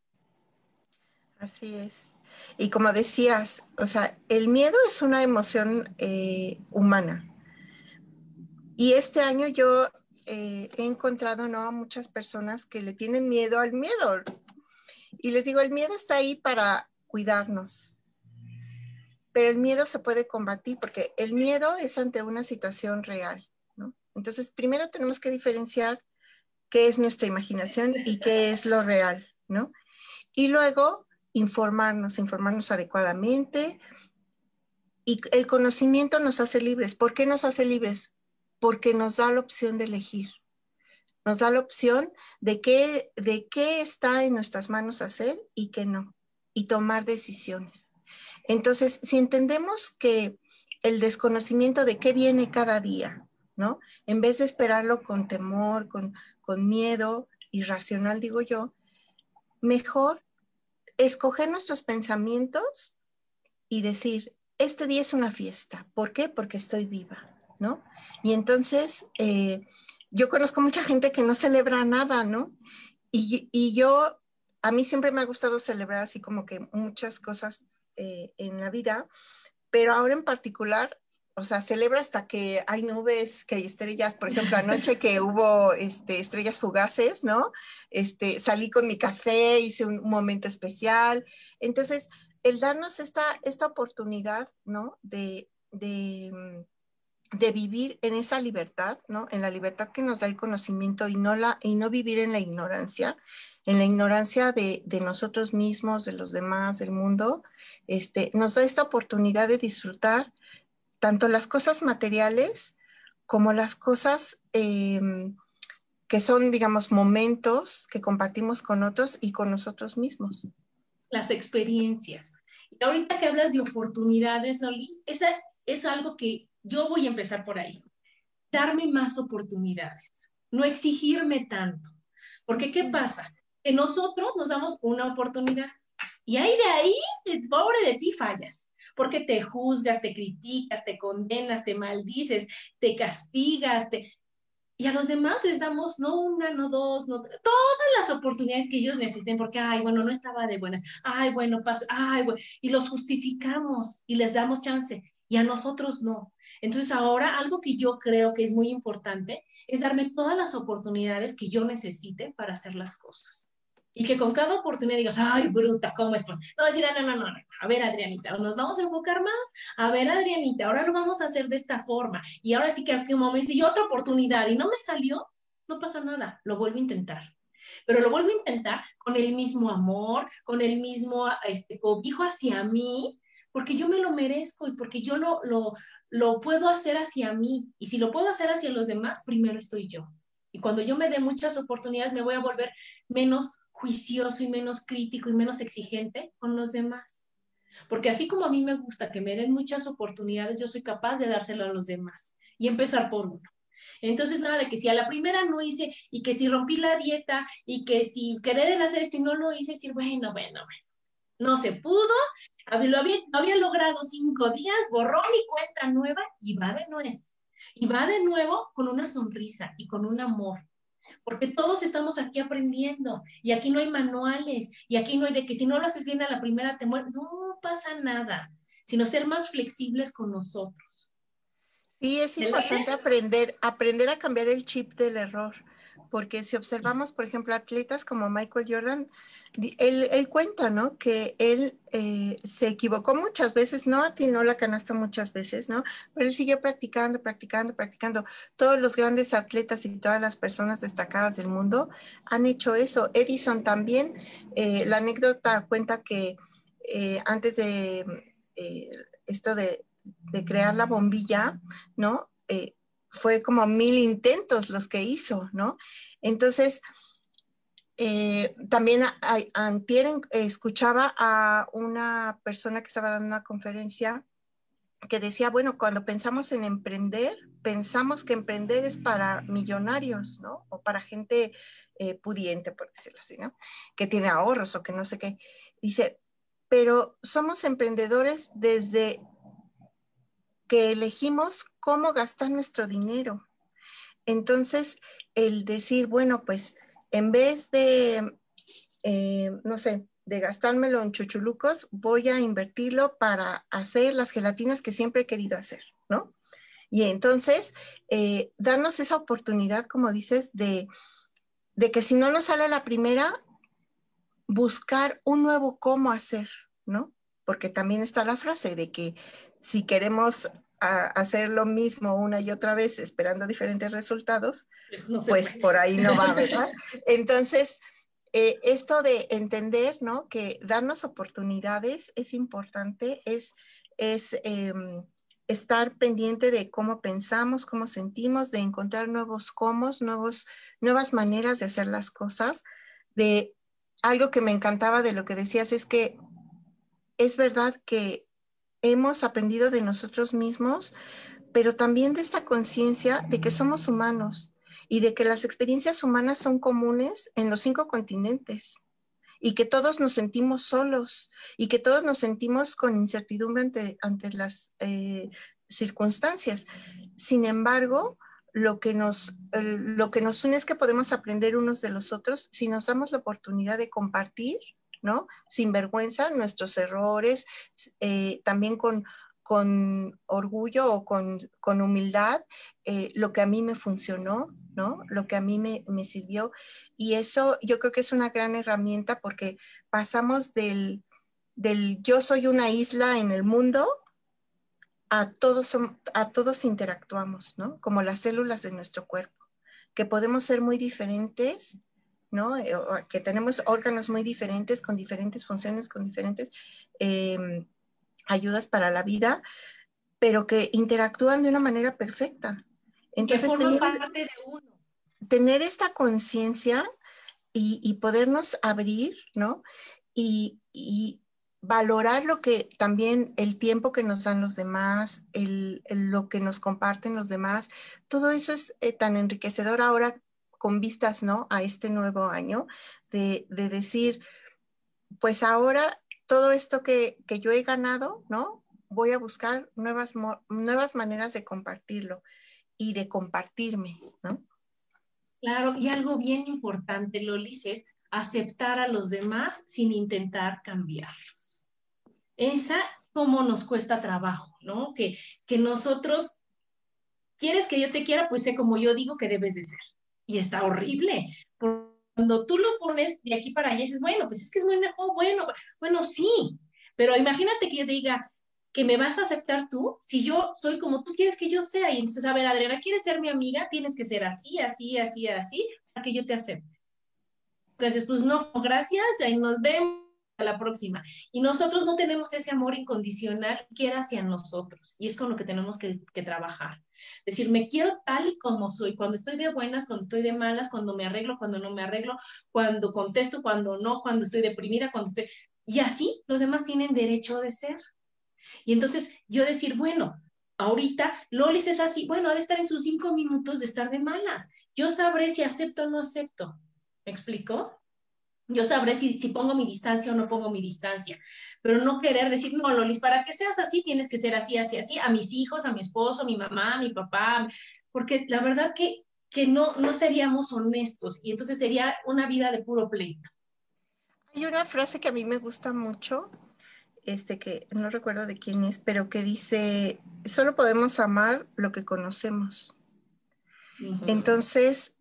Así es. Y como decías, o sea, el miedo es una emoción humana. Y este año yo he encontrado, ¿no?, a muchas personas que le tienen miedo al miedo. Y les digo, el miedo está ahí para cuidarnos, pero el miedo se puede combatir porque el miedo es ante una situación real, ¿no? Entonces, primero tenemos que diferenciar qué es nuestra imaginación y qué es lo real, ¿no? Y luego informarnos adecuadamente. Y el conocimiento nos hace libres. ¿Por qué nos hace libres? Porque nos da la opción de elegir. Nos da la opción de qué está en nuestras manos hacer y qué no. Y tomar decisiones. Entonces, si entendemos que el desconocimiento de qué viene cada día, ¿no? En vez de esperarlo con temor, con miedo irracional, digo yo, mejor escoger nuestros pensamientos y decir, este día es una fiesta. ¿Por qué? Porque estoy viva, ¿no? Y entonces, yo conozco mucha gente que no celebra nada, ¿no? Y yo, a mí siempre me ha gustado celebrar así como que muchas cosas en la vida, pero ahora en particular, o sea, celebra hasta que hay nubes, que hay estrellas. Por ejemplo, anoche que hubo estrellas fugaces, ¿no? Salí con mi café, hice un momento especial. Entonces, el darnos esta oportunidad, ¿no? De vivir en esa libertad, ¿no? En la libertad que nos da el conocimiento y no vivir en la ignorancia de nosotros mismos, de los demás, del mundo, nos da esta oportunidad de disfrutar tanto las cosas materiales como las cosas que son, digamos, momentos que compartimos con otros y con nosotros mismos. Las experiencias. Y ahorita que hablas de oportunidades, Lolis, esa es algo que yo voy a empezar por ahí. Darme más oportunidades, no exigirme tanto. Porque ¿qué pasa? Que nosotros nos damos una oportunidad y ahí de ahí, pobre de ti, fallas. Porque te juzgas, te criticas, te condenas, te maldices, te castigas, y a los demás les damos no una, no dos, no tres, todas las oportunidades que ellos necesiten, porque, ay, bueno, no estaba de buenas, ay, bueno, paso, ay, bueno, y los justificamos y les damos chance, y a nosotros no. Entonces ahora algo que yo creo que es muy importante es darme todas las oportunidades que yo necesite para hacer las cosas. Y que con cada oportunidad digas, ay, bruta, ¿cómo es posible? No, decir, no. A ver, Adrianita, nos vamos a enfocar más. A ver, Adrianita, ahora lo vamos a hacer de esta forma. Y ahora sí que aquí un momento, y otra oportunidad, y no me salió, no pasa nada, lo vuelvo a intentar. Pero lo vuelvo a intentar con el mismo amor, con el mismo cobijo hacia mí, porque yo me lo merezco y porque yo lo puedo hacer hacia mí. Y si lo puedo hacer hacia los demás, primero estoy yo. Y cuando yo me dé muchas oportunidades, me voy a volver menos juicioso y menos crítico y menos exigente con los demás. Porque así como a mí me gusta que me den muchas oportunidades, yo soy capaz de dárselo a los demás y empezar por uno. Entonces, nada de que si a la primera no hice y que si rompí la dieta y que si querer hacer esto y no lo hice, decir, bueno, no se pudo, lo había logrado 5 días, borrón y cuenta nueva y va de nuez. Y va de nuevo con una sonrisa y con un amor. Porque todos estamos aquí aprendiendo y aquí no hay manuales y aquí no hay de que si no lo haces bien a la primera te mueres. No pasa nada, sino ser más flexibles con nosotros. Sí, es importante aprender a cambiar el chip del error, porque si observamos, por ejemplo, atletas como Michael Jordan, él cuenta, ¿no? Que él se equivocó muchas veces, no atinó la canasta muchas veces, ¿no? Pero él siguió practicando. Todos los grandes atletas y todas las personas destacadas del mundo han hecho eso. Edison también, la anécdota cuenta que antes de esto de crear la bombilla, ¿no? Fue como 1000 intentos los que hizo, ¿no? Entonces, también antier escuchaba a una persona que estaba dando una conferencia que decía, bueno, cuando pensamos en emprender, pensamos que emprender es para millonarios, ¿no? O para gente pudiente, por decirlo así, ¿no? Que tiene ahorros o que no sé qué. Dice, pero somos emprendedores desde que elegimos cómo gastar nuestro dinero. Entonces, el decir, bueno, pues en vez de, no sé, de gastármelo en chuchulucos, voy a invertirlo para hacer las gelatinas que siempre he querido hacer, ¿no? Y entonces, darnos esa oportunidad, como dices, de que si no nos sale la primera, buscar un nuevo cómo hacer, ¿no? Porque también está la frase de que si queremos hacer lo mismo una y otra vez esperando diferentes resultados, pues por ahí no va, ¿verdad? Entonces, esto de entender, ¿no? Que darnos oportunidades es importante, es estar pendiente de cómo pensamos, cómo sentimos, de encontrar nuevos cómo, nuevas maneras de hacer las cosas. De algo que me encantaba de lo que decías es que es verdad que hemos aprendido de nosotros mismos, pero también de esta conciencia de que somos humanos y de que las experiencias humanas son comunes en los 5 continentes y que todos nos sentimos solos y que todos nos sentimos con incertidumbre ante las circunstancias. Sin embargo, lo que nos une es que podemos aprender unos de los otros si nos damos la oportunidad de compartir, ¿no? Sin vergüenza, nuestros errores, también con orgullo o con humildad, lo que a mí me funcionó, ¿no? Lo que a mí me sirvió. Y eso yo creo que es una gran herramienta porque pasamos del yo soy una isla en el mundo a todos interactuamos, ¿no? Como las células de nuestro cuerpo, que podemos ser muy diferentes, ¿no? Que tenemos órganos muy diferentes, con diferentes funciones, con diferentes ayudas para la vida, pero que interactúan de una manera perfecta. Entonces, que forman parte de uno. Tener esta conciencia y podernos abrir, ¿no? Y valorar lo que también el tiempo que nos dan los demás, lo que nos comparten los demás, todo eso es tan enriquecedor ahora con vistas, ¿no? A este nuevo año, de decir, pues ahora todo esto que yo he ganado, ¿no? Voy a buscar nuevas maneras de compartirlo y de compartirme, ¿no? Claro, y algo bien importante, Lolis, es aceptar a los demás sin intentar cambiarlos. Esa, como nos cuesta trabajo, ¿no? Que nosotros, ¿quieres que yo te quiera? Pues sé como yo digo que debes de ser. Y está horrible. Cuando tú lo pones de aquí para allá, dices, bueno, pues es que es muy mejor, bueno, sí, pero imagínate que yo diga que me vas a aceptar tú si yo soy como tú quieres que yo sea. Y entonces, a ver, Adriana, ¿quieres ser mi amiga? Tienes que ser así, así, así, así, para que yo te acepte. Entonces, pues no, gracias, ahí nos vemos a la próxima. Y nosotros no tenemos ese amor incondicional que era hacia nosotros. Y es con lo que tenemos que trabajar. Decir, me quiero tal y como soy, cuando estoy de buenas, cuando estoy de malas, cuando me arreglo, cuando no me arreglo, cuando contesto, cuando no, cuando estoy deprimida, cuando estoy... Y así los demás tienen derecho de ser. Y entonces yo decir, bueno, ahorita Lolis es así, bueno, ha de estar en sus 5 minutos de estar de malas. Yo sabré si acepto o no acepto. ¿Me explico? Yo sabré si pongo mi distancia o no pongo mi distancia, pero no querer decir, no, Lolis, para que seas así, tienes que ser así, así, así, a mis hijos, a mi esposo, a mi mamá, a mi papá, porque la verdad que no seríamos honestos y entonces sería una vida de puro pleito. Hay una frase que a mí me gusta mucho, que no recuerdo de quién es, pero que dice, solo podemos amar lo que conocemos. Uh-huh. Entonces,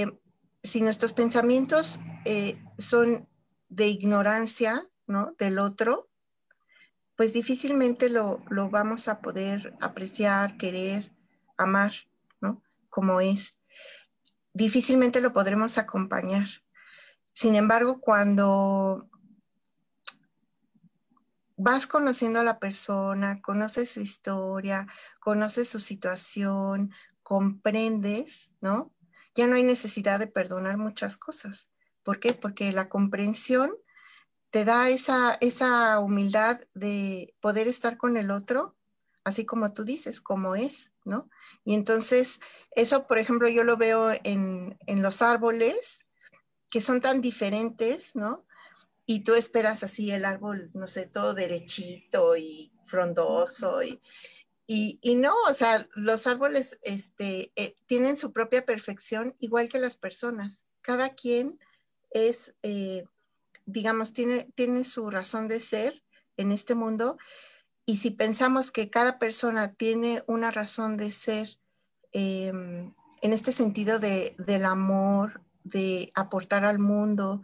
si nuestros pensamientos son de ignorancia, ¿no? Del otro, pues difícilmente lo vamos a poder apreciar, querer, amar, ¿no? Como es. Difícilmente lo podremos acompañar. Sin embargo, cuando vas conociendo a la persona, conoces su historia, conoces su situación, comprendes, ¿no? Ya no hay necesidad de perdonar muchas cosas. ¿Por qué? Porque la comprensión te da esa humildad de poder estar con el otro, así como tú dices, como es, ¿no? Y entonces, eso, por ejemplo, yo lo veo en los árboles, que son tan diferentes, ¿no? Y tú esperas así el árbol, no sé, todo derechito y frondoso y no, o sea, los árboles tienen su propia perfección, igual que las personas. Cada quien es, digamos, tiene su razón de ser en este mundo. Y si pensamos que cada persona tiene una razón de ser en este sentido del amor, de aportar al mundo,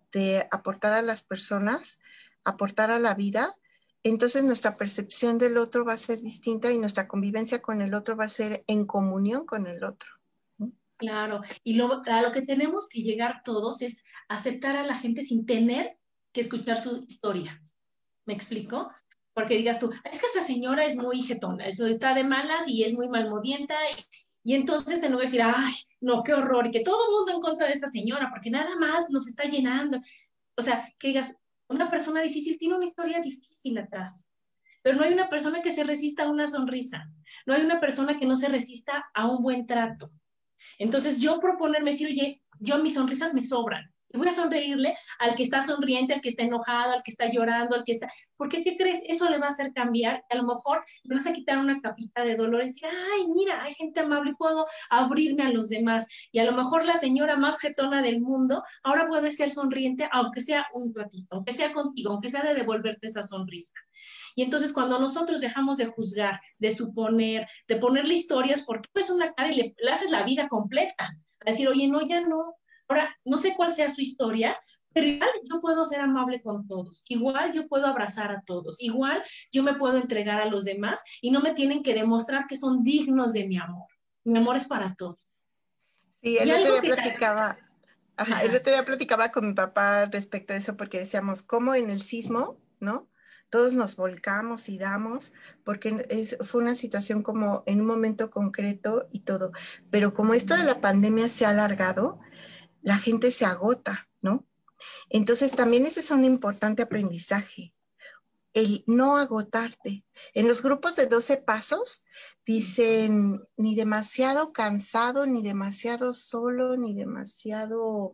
de aportar a las personas, aportar a la vida, entonces nuestra percepción del otro va a ser distinta y nuestra convivencia con el otro va a ser en comunión con el otro. Claro, y a lo que tenemos que llegar todos es aceptar a la gente sin tener que escuchar su historia. ¿Me explico? Porque digas tú, es que esa señora es muy jetona, está de malas y es muy malmodienta, y entonces en lugar de decir, ay, no, qué horror, y que todo el mundo en contra de esa señora, porque nada más nos está llenando. O sea, que digas, una persona difícil tiene una historia difícil atrás, pero no hay una persona que se resista a una sonrisa, no hay una persona que no se resista a un buen trato. Entonces yo proponerme decir, oye, yo mis sonrisas me sobran. Y voy a sonreírle al que está sonriente, al que está enojado, al que está llorando, al que está... Porque, ¿qué crees? Eso le va a hacer cambiar. A lo mejor le vas a quitar una capita de dolor y decir, ay, mira, hay gente amable y puedo abrirme a los demás. Y a lo mejor la señora más jetona del mundo ahora puede ser sonriente, aunque sea un ratito, aunque sea contigo, aunque sea de devolverte esa sonrisa. Y entonces cuando nosotros dejamos de juzgar, de suponer, de ponerle historias, porque es una cara y le haces la vida completa. A decir, oye, no, ya no. Ahora, no sé cuál sea su historia, pero igual yo puedo ser amable con todos. Igual yo puedo abrazar a todos. Igual yo me puedo entregar a los demás y no me tienen que demostrar que son dignos de mi amor. Mi amor es para todos. Sí, el otro día platicaba con mi papá respecto a eso, porque decíamos, ¿cómo en el sismo, no? Todos nos volcamos y damos, porque fue una situación como en un momento concreto y todo. Pero como esto de la pandemia se ha alargado, la gente se agota, ¿no? Entonces también ese es un importante aprendizaje, el no agotarte. En los grupos de 12 pasos dicen ni demasiado cansado, ni demasiado solo, ni demasiado...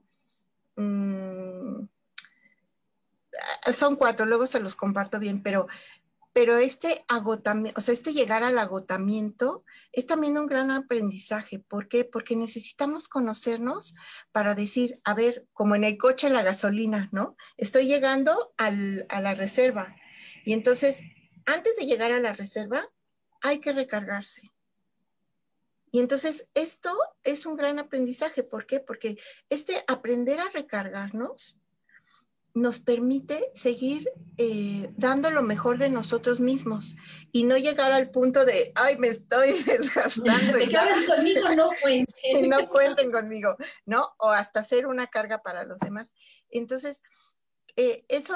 son 4, luego se los comparto bien, pero este agotamiento, o sea, este llegar al agotamiento es también un gran aprendizaje. ¿Por qué? Porque necesitamos conocernos para decir, a ver, como en el coche la gasolina, ¿no? Estoy llegando a la reserva y entonces, antes de llegar a la reserva, hay que recargarse. Y entonces esto es un gran aprendizaje. ¿Por qué? Porque aprender a recargarnos nos permite seguir dando lo mejor de nosotros mismos y no llegar al punto de, ay, me estoy desgastando. De que ahora conmigo no cuenten. No cuenten conmigo, ¿no? O hasta ser una carga para los demás. Entonces, eso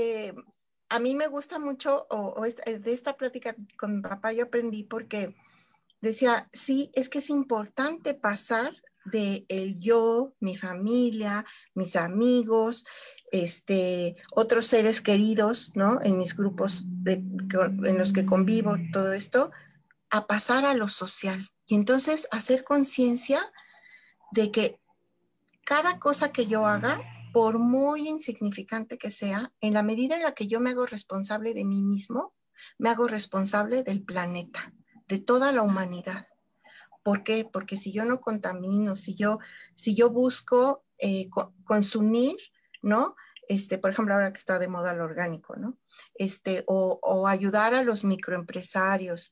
a mí me gusta mucho, de esta plática con mi papá yo aprendí, porque decía, sí, es que es importante pasar de el yo, mi familia, mis amigos, otros seres queridos, ¿no? En mis grupos en los que convivo, todo esto, a pasar a lo social. Y entonces hacer conciencia de que cada cosa que yo haga, por muy insignificante que sea, en la medida en la que yo me hago responsable de mí mismo, me hago responsable del planeta, de toda la humanidad. ¿Por qué? Porque si yo no contamino, si yo busco consumir, ¿no? Por ejemplo, ahora que está de moda lo orgánico, ¿no? O ayudar a los microempresarios,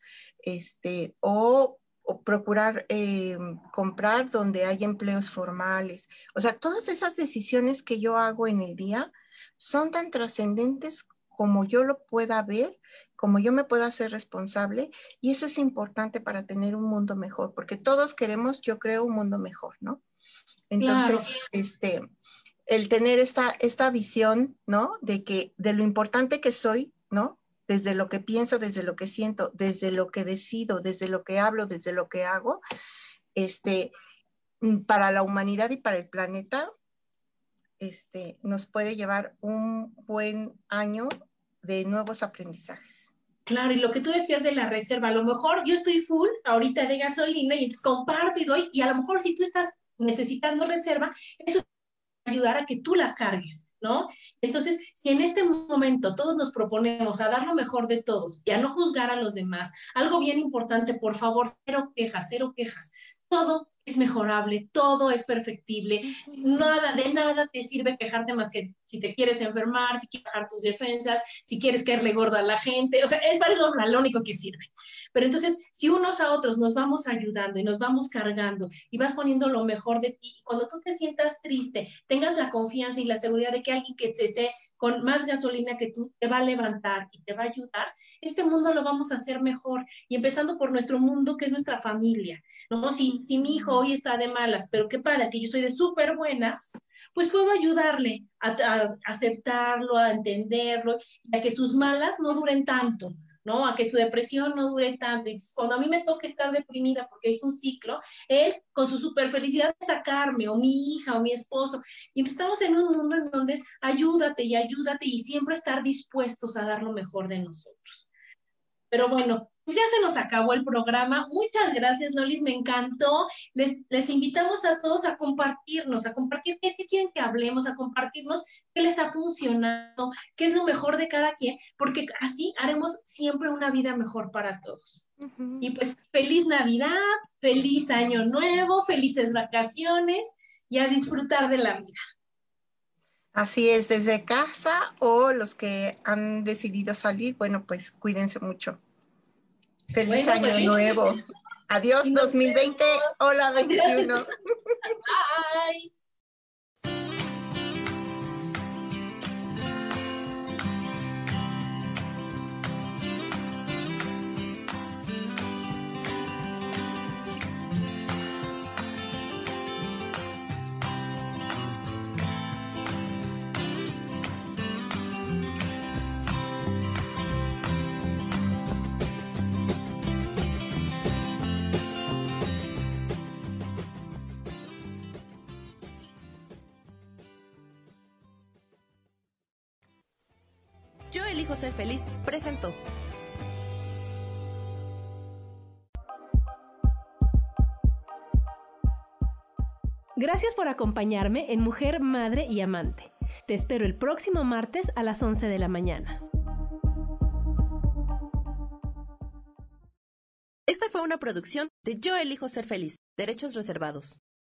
o procurar comprar donde hay empleos formales. O sea, todas esas decisiones que yo hago en el día son tan trascendentes como yo lo pueda ver, como yo me pueda hacer responsable, y eso es importante para tener un mundo mejor, porque todos queremos, yo creo, un mundo mejor, ¿no? Entonces, claro. El tener esta visión, ¿no? De lo importante que soy, ¿no? Desde lo que pienso, desde lo que siento, desde lo que decido, desde lo que hablo, desde lo que hago, para la humanidad y para el planeta, nos puede llevar un buen año de nuevos aprendizajes. Claro, y lo que tú decías de la reserva, a lo mejor yo estoy full ahorita de gasolina y entonces comparto y doy, y a lo mejor si tú estás necesitando reserva, eso va a ayudar a que tú la cargues, ¿no? Entonces, si en este momento todos nos proponemos a dar lo mejor de todos y a no juzgar a los demás, algo bien importante, por favor, cero quejas, todo es mejorable, todo es perfectible, de nada te sirve quejarte más que si te quieres enfermar, si quieres bajar tus defensas, si quieres caerle gordo a la gente, o sea, es lo único que sirve. Pero entonces, si unos a otros nos vamos ayudando y nos vamos cargando y vas poniendo lo mejor de ti, cuando tú te sientas triste, tengas la confianza y la seguridad de que alguien que te esté con más gasolina que tú te va a levantar y te va a ayudar, este mundo lo vamos a hacer mejor. Y empezando por nuestro mundo, que es nuestra familia, ¿no? Si mi hijo hoy está de malas, pero qué padre, que yo estoy de súper buenas, pues puedo ayudarle a aceptarlo, a entenderlo, y a que sus malas no duren tanto, ¿no? A que su depresión no dure tanto. Y cuando a mí me toca estar deprimida porque es un ciclo, él con su super felicidad de sacarme, o mi hija, o mi esposo. Y entonces estamos en un mundo en donde es ayúdate y siempre estar dispuestos a dar lo mejor de nosotros. Pero bueno, pues ya se nos acabó el programa. Muchas gracias, Lolis, me encantó. Les invitamos a todos a compartirnos, a compartir qué quieren que hablemos, a compartirnos qué les ha funcionado, qué es lo mejor de cada quien, porque así haremos siempre una vida mejor para todos. Y pues feliz Navidad, feliz Año Nuevo, felices vacaciones y a disfrutar de la vida. Así es, desde casa o los que han decidido salir, bueno, pues cuídense mucho. Feliz Año Nuevo. Adiós 2020. Hola 21. Bye. Yo elijo ser feliz presentó. Gracias por acompañarme en Mujer, Madre y Amante. Te espero el próximo martes a las 11 de la mañana. Esta fue una producción de Yo elijo ser feliz. Derechos reservados.